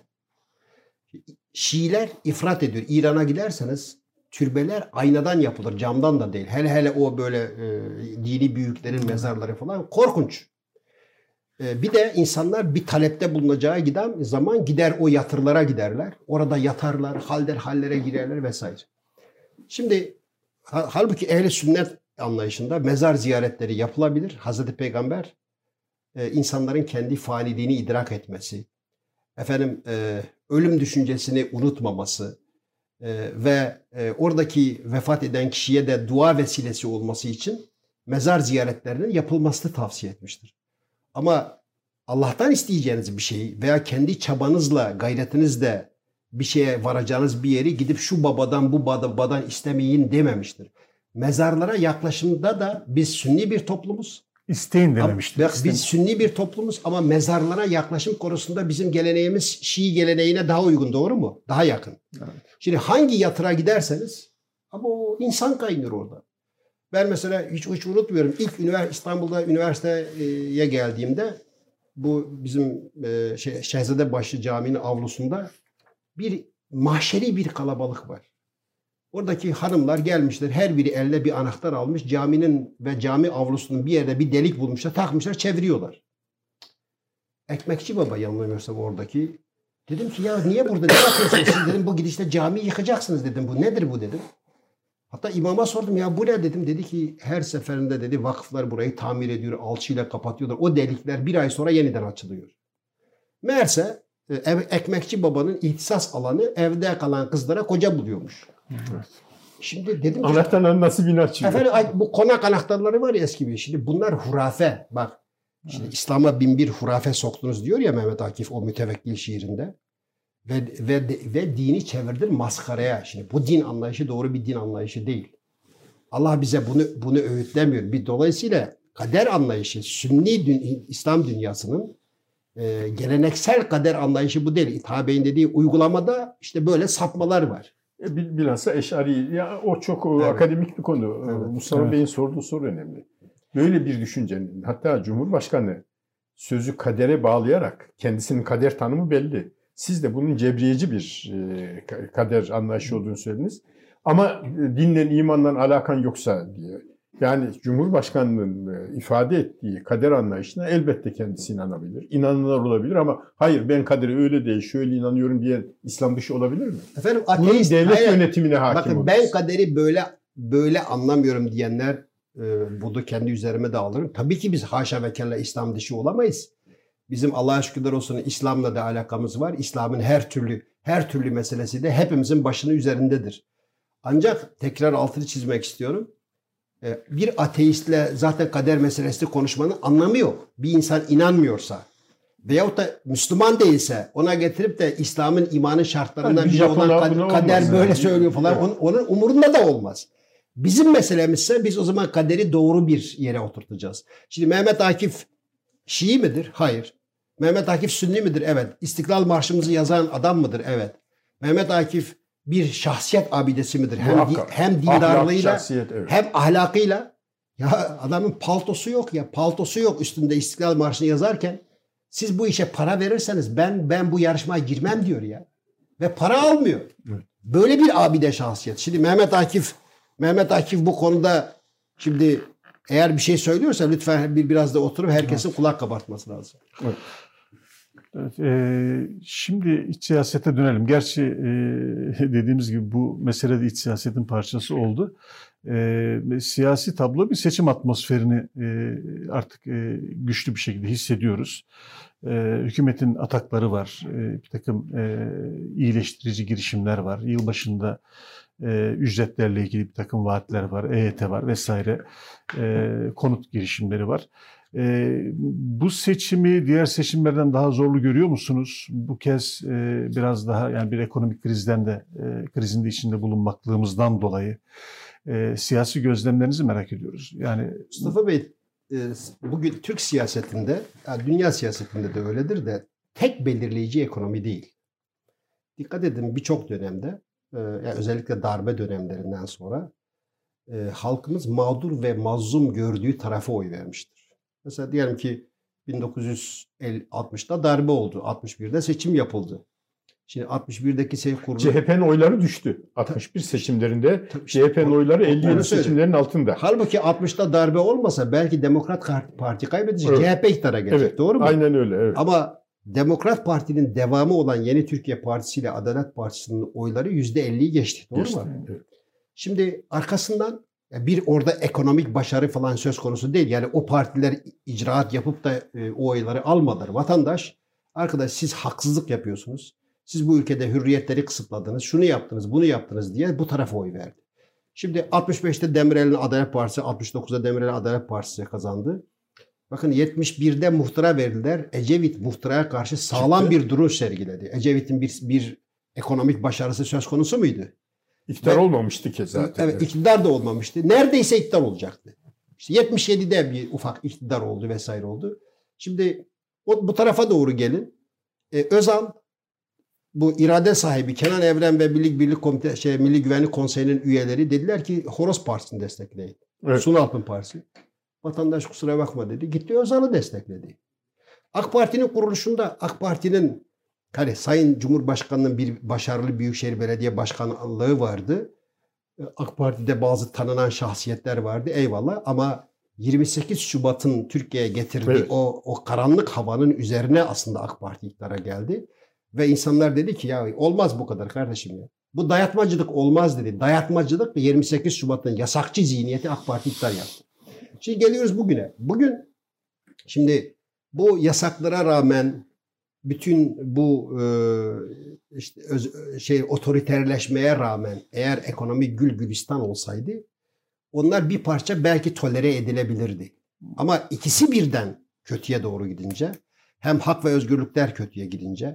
Şiiler ifrat ediyor. İran'a giderseniz türbeler aynadan yapılır. Camdan da değil. Hele hele o böyle e, dini büyüklerin mezarları falan korkunç. E, bir de insanlar bir talepte bulunacağı giden zaman gider o yatırlara giderler. Orada yatarlar, halder hallere girerler vesaire. Şimdi halbuki ehli sünnet anlayışında mezar ziyaretleri yapılabilir. Hazreti Peygamber e, insanların kendi faniliğini idrak etmesi, efendim e, ölüm düşüncesini unutmaması e, ve e, oradaki vefat eden kişiye de dua vesilesi olması için mezar ziyaretlerinin yapılmasını tavsiye etmiştir. Ama Allah'tan isteyeceğiniz bir şeyi veya kendi çabanızla, gayretinizle bir şeye varacağınız bir yeri gidip şu babadan bu babadan istemeyin dememiştir. Mezarlara yaklaşımda da biz Sünni bir toplumuz. İsteyin dememiştir. Biz Sünni bir toplumuz ama mezarlara yaklaşım konusunda bizim geleneğimiz Şii geleneğine daha uygun, doğru mu? Daha yakın. Evet. Şimdi hangi yatıra giderseniz ama o insan kaynıyor orada. Ben mesela hiç, hiç unutmuyorum. İlk ünivers- İstanbul'da üniversiteye geldiğimde bu bizim e, şey, Şehzadebaşı Camii'nin avlusunda bir mahşeri bir kalabalık var. Oradaki hanımlar gelmişler. Her biri eline bir anahtar almış. Caminin ve cami avlusunun bir yerde bir delik bulmuşlar. Takmışlar, çeviriyorlar. Ekmekçi baba yanılmıyorsam oradaki. Dedim ki ya niye burada ne yapıyorsunuz siz dedim. Bu gidişte camiyi yıkacaksınız dedim. Bu nedir bu dedim. Hatta imama sordum ya bu ne dedim. Dedi ki her seferinde dedi vakıflar burayı tamir ediyor. Alçıyla kapatıyorlar. O delikler bir ay sonra yeniden açılıyor. Meğerse ev, ekmekçi babanın ihtisas alanı evde kalan kızlara koca buluyormuş. Evet. Şimdi dedim ki Anahtarların nasibini açıyor. efendim ay, bu konak anahtarları var ya eski bir. Şimdi bunlar hurafe. Bak şimdi evet. İslam'a bin bir hurafe soktunuz diyor ya Mehmet Akif o mütevekkil şiirinde. Ve, ve, ve dini çevirdir maskaraya. Şimdi bu din anlayışı doğru bir din anlayışı değil. Allah bize bunu bunu öğütlemiyor. Bir dolayısıyla kader anlayışı Sünni dün, İslam dünyasının e, geleneksel kader anlayışı bu değil. İtha Bey'in dediği uygulamada işte böyle sapmalar var. E, bilhassa Eş'ari, ya o çok o Evet. akademik bir konu. Evet. Mustafa Evet. Bey'in sorduğu soru önemli. Böyle bir düşüncenin, hatta Cumhurbaşkanı sözü kadere bağlayarak, kendisinin kader tanımı belli. Siz de bunun cebriyeci bir e, kader anlayışı olduğunu söylediniz. Ama e, dinle, imanla alakan yoksa diye. Yani Cumhurbaşkanı'nın e, ifade ettiği kader anlayışına elbette kendisi inanabilir. İnananlar olabilir ama hayır ben kadere öyle değil, şöyle inanıyorum diye İslam dışı olabilir mi? Efendim Bunun ateist, devlet hayır, yönetimine hakim bakın olması. ben kaderi böyle böyle anlamıyorum diyenler e, bunu kendi üzerime de alırım. Tabii ki biz haşa ve kella İslam dışı olamayız. Bizim Allah'a şükürler olsun İslam'la da alakamız var. İslam'ın her türlü her türlü meselesi de hepimizin başının üzerindedir. Ancak tekrar altını çizmek istiyorum. E, bir ateistle zaten kader meselesi konuşmanın anlamı yok. Bir insan inanmıyorsa veyahut da Müslüman değilse ona getirip de İslam'ın imanın şartlarından Yani bir biri olan Japon'a kad- buna kader olmaz böyle yani. söylüyor falan. Evet. Onun, onun umurunda da olmaz. Bizim meselemizse biz o zaman kaderi doğru bir yere oturtacağız. Şimdi Mehmet Akif Şii midir? Hayır. Mehmet Akif Sünni midir? Evet. İstiklal Marşımızı yazan adam mıdır? Evet. Mehmet Akif bir şahsiyet abidesi midir? Hem, di- Muhakkak. hem Ahlak, dindarlığıyla şahsiyet, evet. hem ahlakıyla. Ya adamın paltosu yok ya. Paltosu yok üstünde İstiklal Marşı'nı yazarken. Siz bu işe para verirseniz ben ben bu yarışmaya girmem diyor ya. Ve para almıyor. Evet. Böyle bir abide şahsiyet. Şimdi Mehmet Akif Mehmet Akif bu konuda şimdi eğer bir şey söylüyorsa lütfen bir biraz da oturup herkesin kulak kabartması lazım. Evet. Evet, e, şimdi iç siyasete dönelim. Gerçi e, dediğimiz gibi bu mesele de iç siyasetin parçası oldu. E, siyasi tablo bir seçim atmosferini e, artık e, güçlü bir şekilde hissediyoruz. E, hükümetin atakları var, e, bir takım e, iyileştirici girişimler var. Yılbaşında e, ücretlerle ilgili bir takım vaatler var, E Y T var vesaire, e, konut girişimleri var. E, bu seçimi diğer seçimlerden daha zorlu görüyor musunuz? Bu kez e, biraz daha yani bir ekonomik krizden de e, krizin de içinde bulunmaklığımızdan dolayı e, siyasi gözlemlerinizi merak ediyoruz. Yani Mustafa Bey, e, bugün Türk siyasetinde, yani dünya siyasetinde de öyledir de tek belirleyici ekonomi değil. Dikkat edin birçok dönemde, e, yani özellikle darbe dönemlerinden sonra e, halkımız mağdur ve mazlum gördüğü tarafa oy vermiştir. Mesela diyelim ki bin dokuz yüz altmışta darbe oldu, altmış birde seçim yapıldı. Şimdi altmış birdeki seçim kurulu... C H P'nin oyları düştü. altmış bir seçimlerinde Tabii işte C H P'nin o- oyları onu elli yedi söyleyeyim. seçimlerin altında. Halbuki altmışta darbe olmasa belki Demokrat Parti kaybedecek, Evet. C H P iktidara gelecek. Evet, Doğru mu? aynen öyle. Evet. Ama Demokrat Parti'nin devamı olan Yeni Türkiye Partisi ile Adalet Partisi'nin oyları yüzde elliyi geçti. Doğru Geçti. mu? Evet. Şimdi arkasından bir orada ekonomik başarı falan söz konusu değil. Yani o partiler icraat yapıp da e, o oyları almadılar. Vatandaş, arkadaş siz haksızlık yapıyorsunuz. Siz bu ülkede hürriyetleri kısıtladınız. Şunu yaptınız, bunu yaptınız diye bu tarafa oy verdi. Şimdi altmış beşte Demirel'in Adalet Partisi, altmış dokuzda Demirel'in Adalet Partisi kazandı. Bakın yetmiş birde muhtıra verdiler. Ecevit muhtıraya karşı sağlam Çıktı. bir duruş sergiledi. Ecevit'in bir, bir ekonomik başarısı söz konusu muydu? İktidar Ve- olmamıştı ki zaten. Evet, iktidar da olmamıştı. Neredeyse iktidar olacaktı. İşte yetmiş yedide bir ufak iktidar oldu vesaire oldu. Şimdi o, bu tarafa doğru gelin. Ee, Özal bu irade sahibi Kenan Evren ve Milli Birlik Komite şey Milli Güvenlik Konseyi'nin üyeleri dediler ki Horoz Partisi'ni destekleyin. Evet. Sunu Alp'ın partisi. Vatandaş kusura bakma dedi. Gitti Özal'ı destekledi. AK Parti'nin kuruluşunda AK Parti'nin hani Sayın Cumhurbaşkanı'nın bir başarılı Büyükşehir Belediye Başkanlığı vardı. AK Parti'de bazı tanınan şahsiyetler vardı, eyvallah, ama yirmi sekiz Şubat'ın Türkiye'ye getirdiği Evet. o, o karanlık havanın üzerine aslında AK Parti iktidara geldi. Ve insanlar dedi ki ya olmaz bu kadar kardeşim ya. Bu dayatmacılık olmaz dedi. Dayatmacılık ve yirmi sekiz Şubat'ın yasakçı zihniyeti AK Parti iktidar yaptı. Şimdi geliyoruz bugüne. Bugün şimdi bu yasaklara rağmen bütün bu e, işte öz, şey otoriterleşmeye rağmen eğer ekonomi gül gülistan olsaydı onlar bir parça belki tolere edilebilirdi. Ama ikisi birden kötüye doğru gidince, hem hak ve özgürlükler kötüye gidince,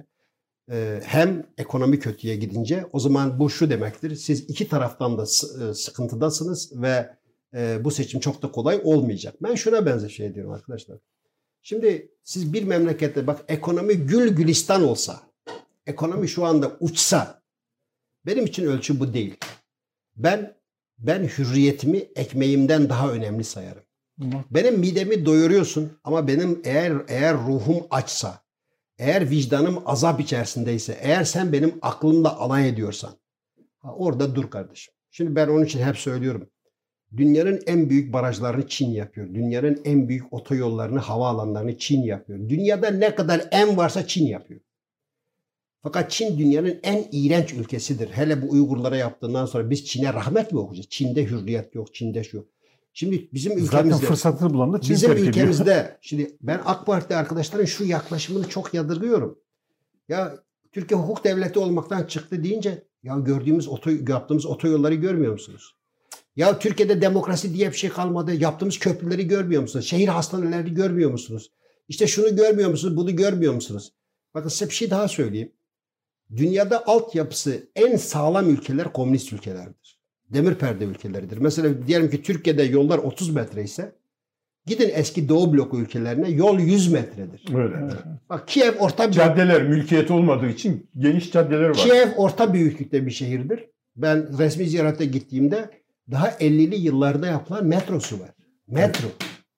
hem ekonomi kötüye gidince, o zaman bu şu demektir: siz iki taraftan da sıkıntıdasınız ve bu seçim çok da kolay olmayacak. Ben şuna benzer şey diyorum arkadaşlar. Şimdi siz bir memlekette bak, ekonomi gül gülistan olsa, ekonomi şu anda uçsa, benim için ölçü bu değil. Ben ben hürriyetimi ekmeğimden daha önemli sayarım. Benim midemi doyuruyorsun ama benim eğer eğer ruhum açsa, eğer vicdanım azap içerisindeyse, eğer sen benim aklımla alay ediyorsan, orada dur kardeşim. Şimdi ben onun için hep söylüyorum. Dünyanın en büyük barajlarını Çin yapıyor. Dünyanın en büyük otoyollarını, havaalanlarını Çin yapıyor. Dünyada ne kadar en varsa Çin yapıyor. Fakat Çin dünyanın en iğrenç ülkesidir. Hele bu Uygurlara yaptığından sonra biz Çin'e rahmet mi okuyacağız? Çin'de hürriyet yok, Çin'de şu. Şimdi bizim ülkemizde, zaten fırsatını bulan da Çin bizim terk ediyor. ülkemizde, şimdi ben AK Parti arkadaşların şu yaklaşımını çok yadırgıyorum. Ya Türkiye hukuk devleti olmaktan çıktı deyince, ya gördüğümüz oto, yaptığımız otoyolları görmüyor musunuz? Ya Türkiye'de demokrasi diye bir şey kalmadı. Yaptığımız köprüleri görmüyor musunuz? Şehir hastanelerini görmüyor musunuz? İşte şunu görmüyor musunuz? Bunu görmüyor musunuz? Bakın size bir şey daha söyleyeyim. Dünyada altyapısı en sağlam ülkeler komünist ülkelerdir. Demir perde ülkeleridir. Mesela diyelim ki Türkiye'de yollar otuz metre ise, gidin eski Doğu bloku ülkelerine, yol yüz metredir. Öyle. Bak Kiev orta bir Caddeler mülkiyeti olmadığı için geniş caddeler var. Kiev orta büyüklükte bir şehirdir. Ben resmi ziyarete gittiğimde daha ellili yıllarda yapılan metrosu var. Metro.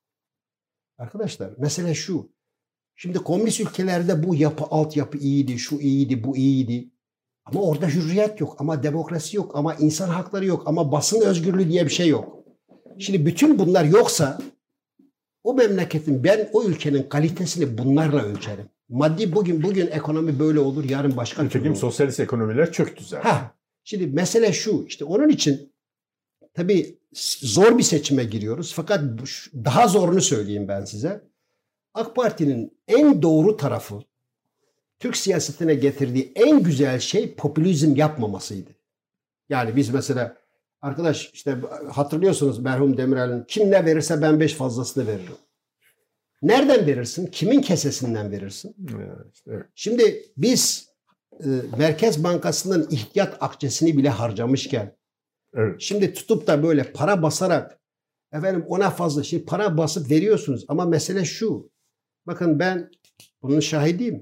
Arkadaşlar mesele şu. Şimdi komünist ülkelerde bu yapı, altyapı iyiydi, şu iyiydi, bu iyiydi. Ama orada hürriyet yok, ama demokrasi yok, ama insan hakları yok, ama basın özgürlüğü diye bir şey yok. Şimdi bütün bunlar yoksa o memleketin, ben o ülkenin kalitesini bunlarla ölçerim. Maddi bugün bugün ekonomi böyle olur, yarın başka türlü Nitekim olur. sosyalist ekonomiler çöktü zaten. Ha, şimdi mesele şu, işte onun için tabii zor bir seçime giriyoruz. Fakat daha zorunu söyleyeyim ben size. AK Parti'nin en doğru tarafı, Türk siyasetine getirdiği en güzel şey popülizm yapmamasıydı. Yani biz mesela, arkadaş işte hatırlıyorsunuz merhum Demirel'in, kim ne verirse ben beş fazlasını veririm. Nereden verirsin? Kimin kesesinden verirsin? İşte, evet. Şimdi biz e, Merkez Bankası'nın ihtiyat akçesini bile harcamışken, Evet. şimdi tutup da böyle para basarak, efendim ona fazla şey para basıp veriyorsunuz. Ama mesele şu. Bakın ben bunun şahidiyim.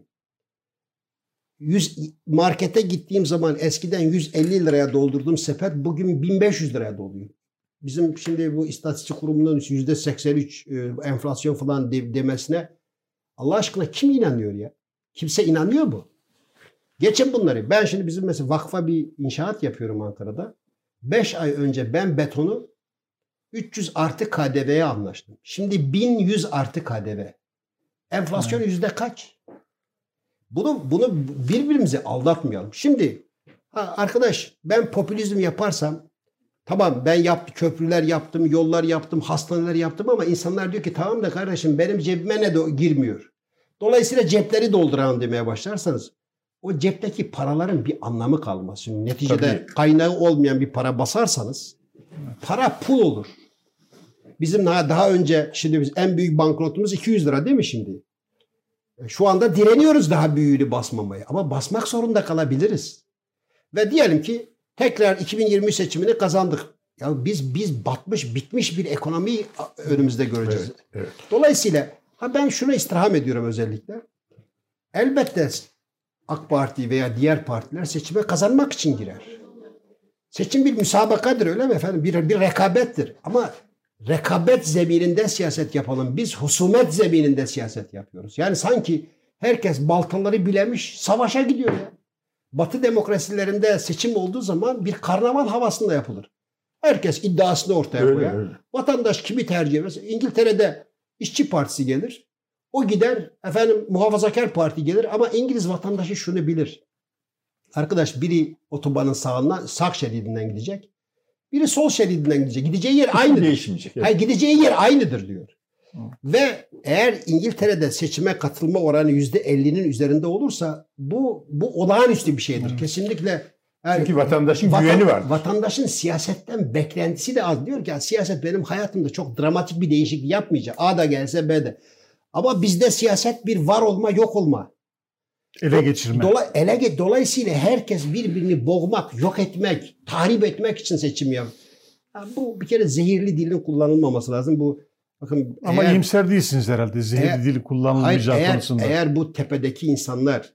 yüz markete gittiğim zaman eskiden yüz elli liraya doldurduğum sepet bugün bin beş yüz liraya doluyor. Bizim şimdi bu istatistik kurumunun yüzde seksen üç enflasyon falan de, demesine Allah aşkına kim inanıyor ya? Kimse inanıyor mu? Geçin bunları. Ben şimdi bizim mesela vakfa bir inşaat yapıyorum Ankara'da. beş ay önce ben betonu üç yüz artı K D V'ye anlaştım. Şimdi bin yüz artı K D V. Enflasyon yüzde kaç? Bunu bunu birbirimizi aldatmayalım. Şimdi ha, arkadaş ben popülizm yaparsam, tamam ben yaptım, köprüler yaptım, yollar yaptım, hastaneler yaptım ama insanlar diyor ki tamam da kardeşim benim cebime ne de girmiyor. Dolayısıyla cepleri dolduralım demeye başlarsanız o cepteki paraların bir anlamı kalmaz. Şimdi neticede Tabii. kaynağı olmayan bir para basarsanız para pul olur. Bizim daha, daha önce şimdi biz en büyük banknotumuz iki yüz lira değil mi şimdi? Şu anda direniyoruz daha büyüğünü basmamaya. Ama basmak zorunda kalabiliriz. Ve diyelim ki tekrar iki bin yirmi üç seçimini kazandık. Ya biz biz batmış, bitmiş bir ekonomiyi önümüzde göreceğiz. Evet, evet. Dolayısıyla ha ben şunu istirham ediyorum özellikle. Elbette AK Parti veya diğer partiler seçime kazanmak için girer. Seçim bir müsabakadır öyle mi efendim? Bir, bir rekabettir. Ama rekabet zemininde siyaset yapalım. Biz husumet zemininde siyaset yapıyoruz. Yani sanki herkes baltaları bilemiş, savaşa gidiyor ya. Batı demokrasilerinde seçim olduğu zaman bir karnaval havasında yapılır. Herkes iddiasını ortaya Öyle, koyar. öyle. Vatandaş kimi tercih eder? İngiltere'de İşçi Partisi gelir. O gider, efendim Muhafazakar Parti gelir ama İngiliz vatandaşı şunu bilir. Arkadaş biri otobanın sağından, sağ şeridinden gidecek. Biri sol şeridinden gidecek. Gideceği yer aynıdır. Değişmeyecek. Evet. Hayır, gideceği yer aynıdır diyor. Hı. Ve eğer İngiltere'de seçime katılma oranı yüzde ellinin üzerinde olursa bu bu olağanüstü bir şeydir. Hı. Kesinlikle. Yani, Çünkü vatandaşın vatan- güveni var. Vatandaşın siyasetten beklentisi de az. Diyor ki ya, siyaset benim hayatımda çok dramatik bir değişiklik yapmayacak. A da gelse B de. Ama bizde siyaset bir var olma yok olma. Ele geçirme. Dola, ele ge- dolayısıyla herkes birbirini boğmak, yok etmek, tahrip etmek için seçim yap. Ya bu bir kere zehirli dilin kullanılmaması lazım. Bu bakın Ama eğer, iyimser değilsiniz herhalde. Zehirli Eğer- dili hayır, kullanılmayacağı eğer, konusunda. eğer bu tepedeki insanlar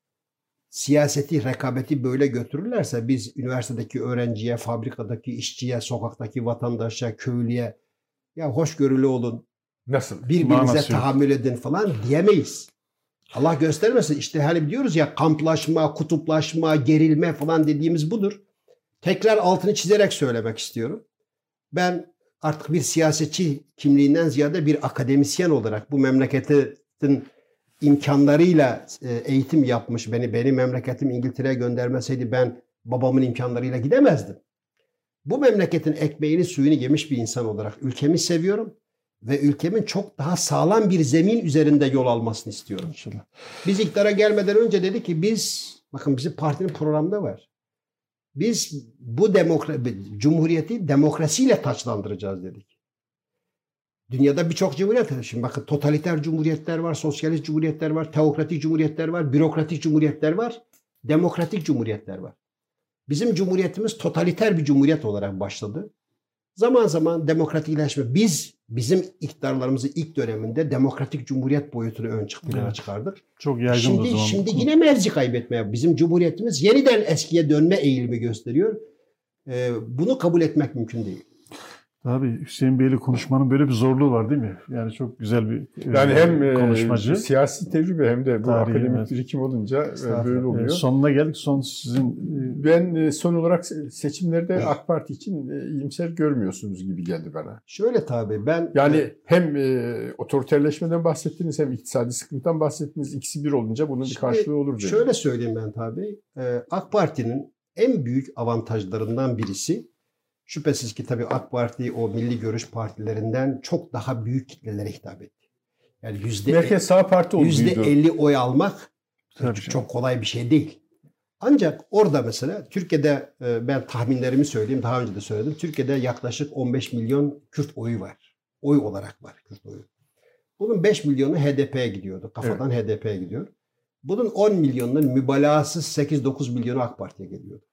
siyaseti, rekabeti böyle götürürlerse biz üniversitedeki öğrenciye, fabrikadaki işçiye, sokaktaki vatandaşa, köylüye ya hoşgörülü olun, Nasıl? birbirinize Manası yok. tahammül edin falan diyemeyiz. Allah göstermesin. İşte hani diyoruz ya kamplaşma, kutuplaşma, gerilme falan dediğimiz budur. Tekrar altını çizerek söylemek istiyorum. Ben artık bir siyasetçi kimliğinden ziyade bir akademisyen olarak bu memleketin imkanlarıyla eğitim yapmış, beni benim memleketim İngiltere'ye göndermeseydi ben babamın imkanlarıyla gidemezdim. Bu memleketin ekmeğini suyunu yemiş bir insan olarak ülkemi seviyorum ve ülkemin çok daha sağlam bir zemin üzerinde yol almasını istiyorum. İnşallah. Biz iktidara gelmeden önce dedi ki biz, bakın bizim partinin programında var. Biz bu demokra- cumhuriyeti demokrasiyle taçlandıracağız dedik. Dünyada birçok cumhuriyet var. Şimdi bakın totaliter cumhuriyetler var, sosyalist cumhuriyetler var, teokratik cumhuriyetler var, bürokratik cumhuriyetler var, demokratik cumhuriyetler var. Bizim cumhuriyetimiz totaliter bir cumhuriyet olarak başladı. Zaman zaman demokratikleşme. Biz bizim iktidarlarımızın ilk döneminde demokratik cumhuriyet boyutunu ön plana Evet. çıkardık. Çok yaygın o Şimdi, zaman. şimdi yine mevzi kaybetmeye. Bizim cumhuriyetimiz yeniden eskiye dönme eğilimi gösteriyor. Ee, bunu kabul etmek mümkün değil. Tabii Hüseyin Bey'le konuşmanın böyle bir zorluğu var değil mi? Yani çok güzel bir Yani e, hem e, konuşmacı. siyasi tecrübe hem de bu Tarihi, akademik evet. birikim olunca e, Estağfurullah. böyle oluyor. E, sonuna geldik. Son sizin e, Ben e, son olarak se- seçimlerde AK Parti için e, iyimser görmüyorsunuz gibi geldi bana. Şöyle tabii ben Yani hem e, otoriterleşmeden bahsettiniz hem iktisadi sıkıntıdan bahsettiniz. İkisi bir olunca bunun bir Şimdi karşılığı olur dedim. şöyle söyleyeyim ben tabii. Ee, AK Parti'nin en büyük avantajlarından birisi şüphesiz ki tabii AK Parti o milli görüş partilerinden çok daha büyük kitlelere hitap etti. Yani yüzde Merkez sağ parti oldu. yüzde elli oy almak Tabii çok, canım. çok kolay bir şey değil. Ancak orada mesela Türkiye'de e, ben tahminlerimi söyleyeyim, daha önce de söyledim. Türkiye'de yaklaşık on beş milyon Kürt oyu var. Oy olarak var Kürt oyu. Bunun beş milyonu H D P'ye gidiyordu. Kafadan H D P'ye gidiyor. Bunun on milyonunun mübalağasız sekiz dokuz milyonu AK Parti'ye geliyordu.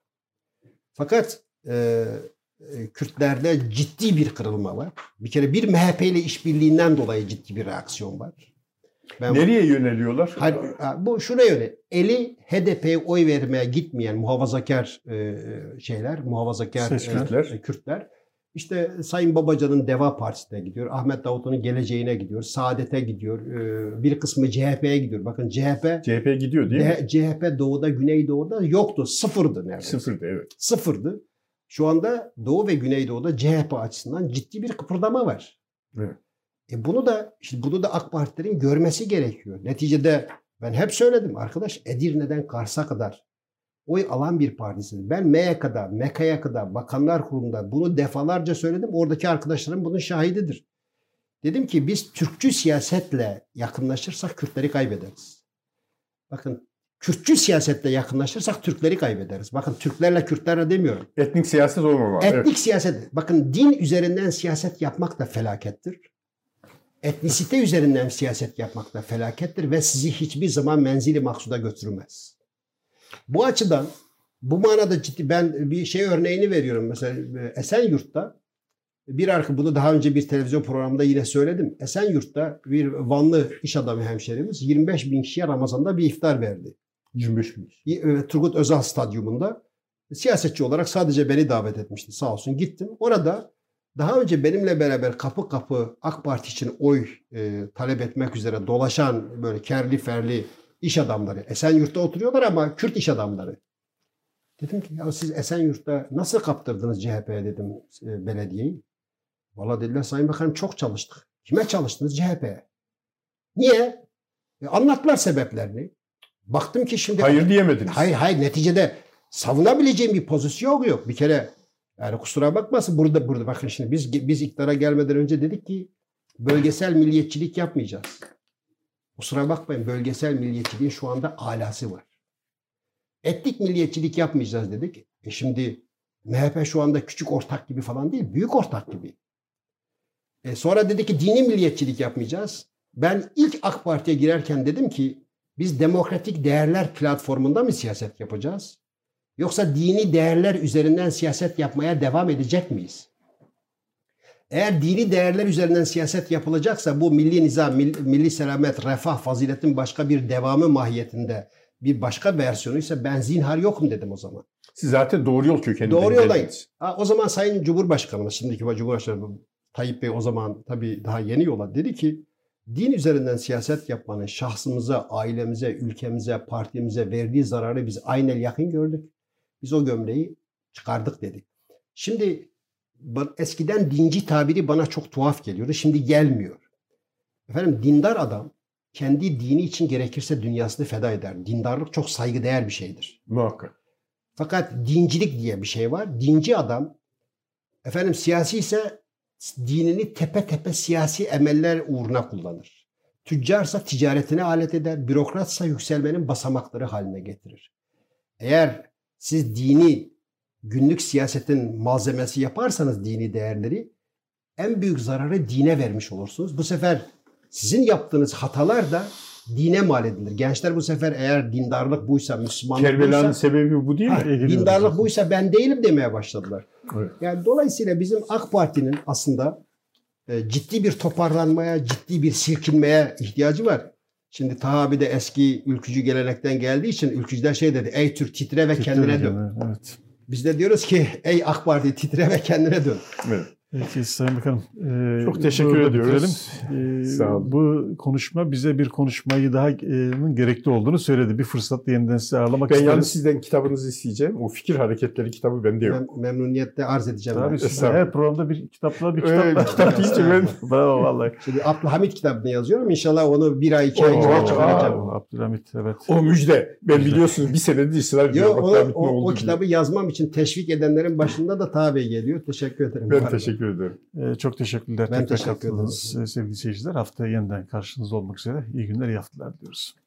Fakat e, e, Kürtlerde ciddi bir kırılma var. Bir kere bir M H P ile işbirliğinden dolayı ciddi bir reaksiyon var. Ben Nereye yöneliyorlar? Hayır, bu şuna göre eli H D P'ye oy vermeye gitmeyen muhafazakar e, şeyler, muhafazakar Seçmenler. e, Kürtler işte Sayın Babacan'ın Deva Partisi'ne gidiyor. Ahmet Davutoğlu'nun Geleceğine gidiyor. Saadet'e gidiyor. E, bir kısmı C H P'ye gidiyor. Bakın C H P C H P gidiyor değil mi? de, C H P Doğu'da, Güneydoğu'da yoktu. Sıfırdı neredeyse. Sıfırdı evet. Sıfırdı. Şu anda Doğu ve Güneydoğu'da C H P açısından ciddi bir kıpırdama var. Evet. E bunu da işte bunu da AK Partilerin görmesi gerekiyor. Neticede ben hep söyledim arkadaş Edirne'den Kars'a kadar oy alan bir partisi. Ben M Y K'da, M K Y K'da, Bakanlar Kurulu'nda bunu defalarca söyledim. Oradaki arkadaşlarım bunun şahididir. Dedim ki biz Türkçü siyasetle yakınlaşırsak Kürtleri kaybederiz. Bakın Kürtçü siyasetle yakınlaşırsak Türkleri kaybederiz. Bakın Türklerle Kürtlerle demiyorum. Etnik siyaset olmamalı. Etnik Evet. siyaset. Bakın din üzerinden siyaset yapmak da felakettir. Etnisite üzerinden siyaset yapmak da felakettir ve sizi hiçbir zaman menzili maksuda götürmez. Bu açıdan bu manada ciddi ben bir şey örneğini veriyorum. Mesela Esenyurt'ta bir arka bunu daha önce bir televizyon programında yine söyledim. Esenyurt'ta bir Vanlı iş adamı hemşerimiz yirmi beş bin kişiye Ramazan'da bir iftar verdi. yirmi beş bin. Turgut Özal Stadyumunda siyasetçi olarak sadece beni davet etmişti. Sağ olsun gittim. Orada daha önce benimle beraber kapı kapı AK Parti için oy e, talep etmek üzere dolaşan böyle kerli ferli iş adamları. Esenyurt'ta oturuyorlar ama Kürt iş adamları. Dedim ki ya siz Esenyurt'ta nasıl kaptırdınız C H P'ye dedim e, belediyeyi. Valla dediler Sayın Bakanım çok çalıştık. Kime çalıştınız? C H P'ye. Niye? E, anlattılar sebeplerini. Baktım ki şimdi... Hayır diyemediniz. Hayır hayır neticede savunabileceğim bir pozisyon yok. Bir kere yani kusura bakmasın burada burada bakın şimdi biz biz iktidara gelmeden önce dedik ki bölgesel milliyetçilik yapmayacağız. Kusura bakmayın bölgesel milliyetçiliğin şu anda alası var. Etnik milliyetçilik yapmayacağız dedik. E şimdi M H P şu anda küçük ortak gibi falan değil, büyük ortak gibi. E sonra dedi ki dini milliyetçilik yapmayacağız. Ben ilk AK Parti'ye girerken dedim ki biz demokratik değerler platformunda mı siyaset yapacağız? Yoksa dini değerler üzerinden siyaset yapmaya devam edecek miyiz? Eğer dini değerler üzerinden siyaset yapılacaksa bu milli nizam, milli selamet, refah, faziletin başka bir devamı mahiyetinde bir başka versiyonuysa ben zinhar yokum dedim o zaman. Siz zaten doğru yol kökeninde. Doğru yoldayım. Ha, o zaman Sayın Cumhurbaşkanımız, şimdiki Cumhurbaşkanı Tayyip Bey o zaman tabii daha yeni yola dedi ki din üzerinden siyaset yapmanın şahsımıza, ailemize, ülkemize, partimize verdiği zararı biz aynen yakın gördük. Biz o gömleği çıkardık dedik. Şimdi eskiden dinci tabiri bana çok tuhaf geliyordu. Şimdi gelmiyor. Efendim dindar adam kendi dini için gerekirse dünyasını feda eder. Dindarlık çok saygıdeğer bir şeydir. Muhakkak. Fakat dincilik diye bir şey var. Dinci adam efendim siyasi ise dinini tepe tepe siyasi emeller uğruna kullanır. Tüccarsa ticaretine alet eder. Bürokratsa yükselmenin basamakları haline getirir. Eğer siz dini günlük siyasetin malzemesi yaparsanız dini değerleri en büyük zararı dine vermiş olursunuz. Bu sefer sizin yaptığınız hatalar da dine mal edilir. Gençler bu sefer eğer dindarlık buysa, Müslümanlık Kerbela'nın buysa... sebebi bu değil mi? Ha, dindarlık buysa ben değilim demeye başladılar. Evet. Yani dolayısıyla bizim AK Parti'nin aslında e, ciddi bir toparlanmaya, ciddi bir silkinmeye ihtiyacı var. Şimdi Taha abi de eski ülkücü gelenekten geldiği için ülkücüler şey dedi. Ey Türk titre ve Titre kendine ve dön. kendine, evet. Biz de diyoruz ki ey AK Parti titre ve kendine dön. Evet. Peki Sayın Bakanım. E, Çok teşekkür ediyoruz. E, Sağ olun. Bu konuşma bize bir konuşmayı daha e, gerekli olduğunu söyledi. Bir fırsatla yeniden sizi ağırlamak Ben isteriz. yalnız sizden kitabınızı isteyeceğim. O fikir hareketleri kitabı bende yok. Mem- memnuniyetle arz edeceğim. Tabii ben. siz Estağfurullah. her programda bir kitapla bir Öyle kitapla. bir kitap deyince ben... Bravo vallahi. Şimdi Abdülhamit kitabını yazıyorum. İnşallah onu bir ay iki ay Oo, içinde aa. çıkaracağım. Bravo, Abdülhamit evet. O müjde. Ben biliyorsunuz bir senedir ısrar Yo, ediyorum. o, Abdülhamit ne o, oldu o diye. kitabı yazmam için teşvik edenlerin başında da Taha Bey geliyor. Teşekkür ederim. bu Ben arada. teşekkür ederim. Ee, çok teşekkürler. Ben Tekrar teşekkür katıldınız sevgili seyirciler. Haftaya yeniden karşınızda olmak üzere. İyi günler, iyi haftalar diliyoruz.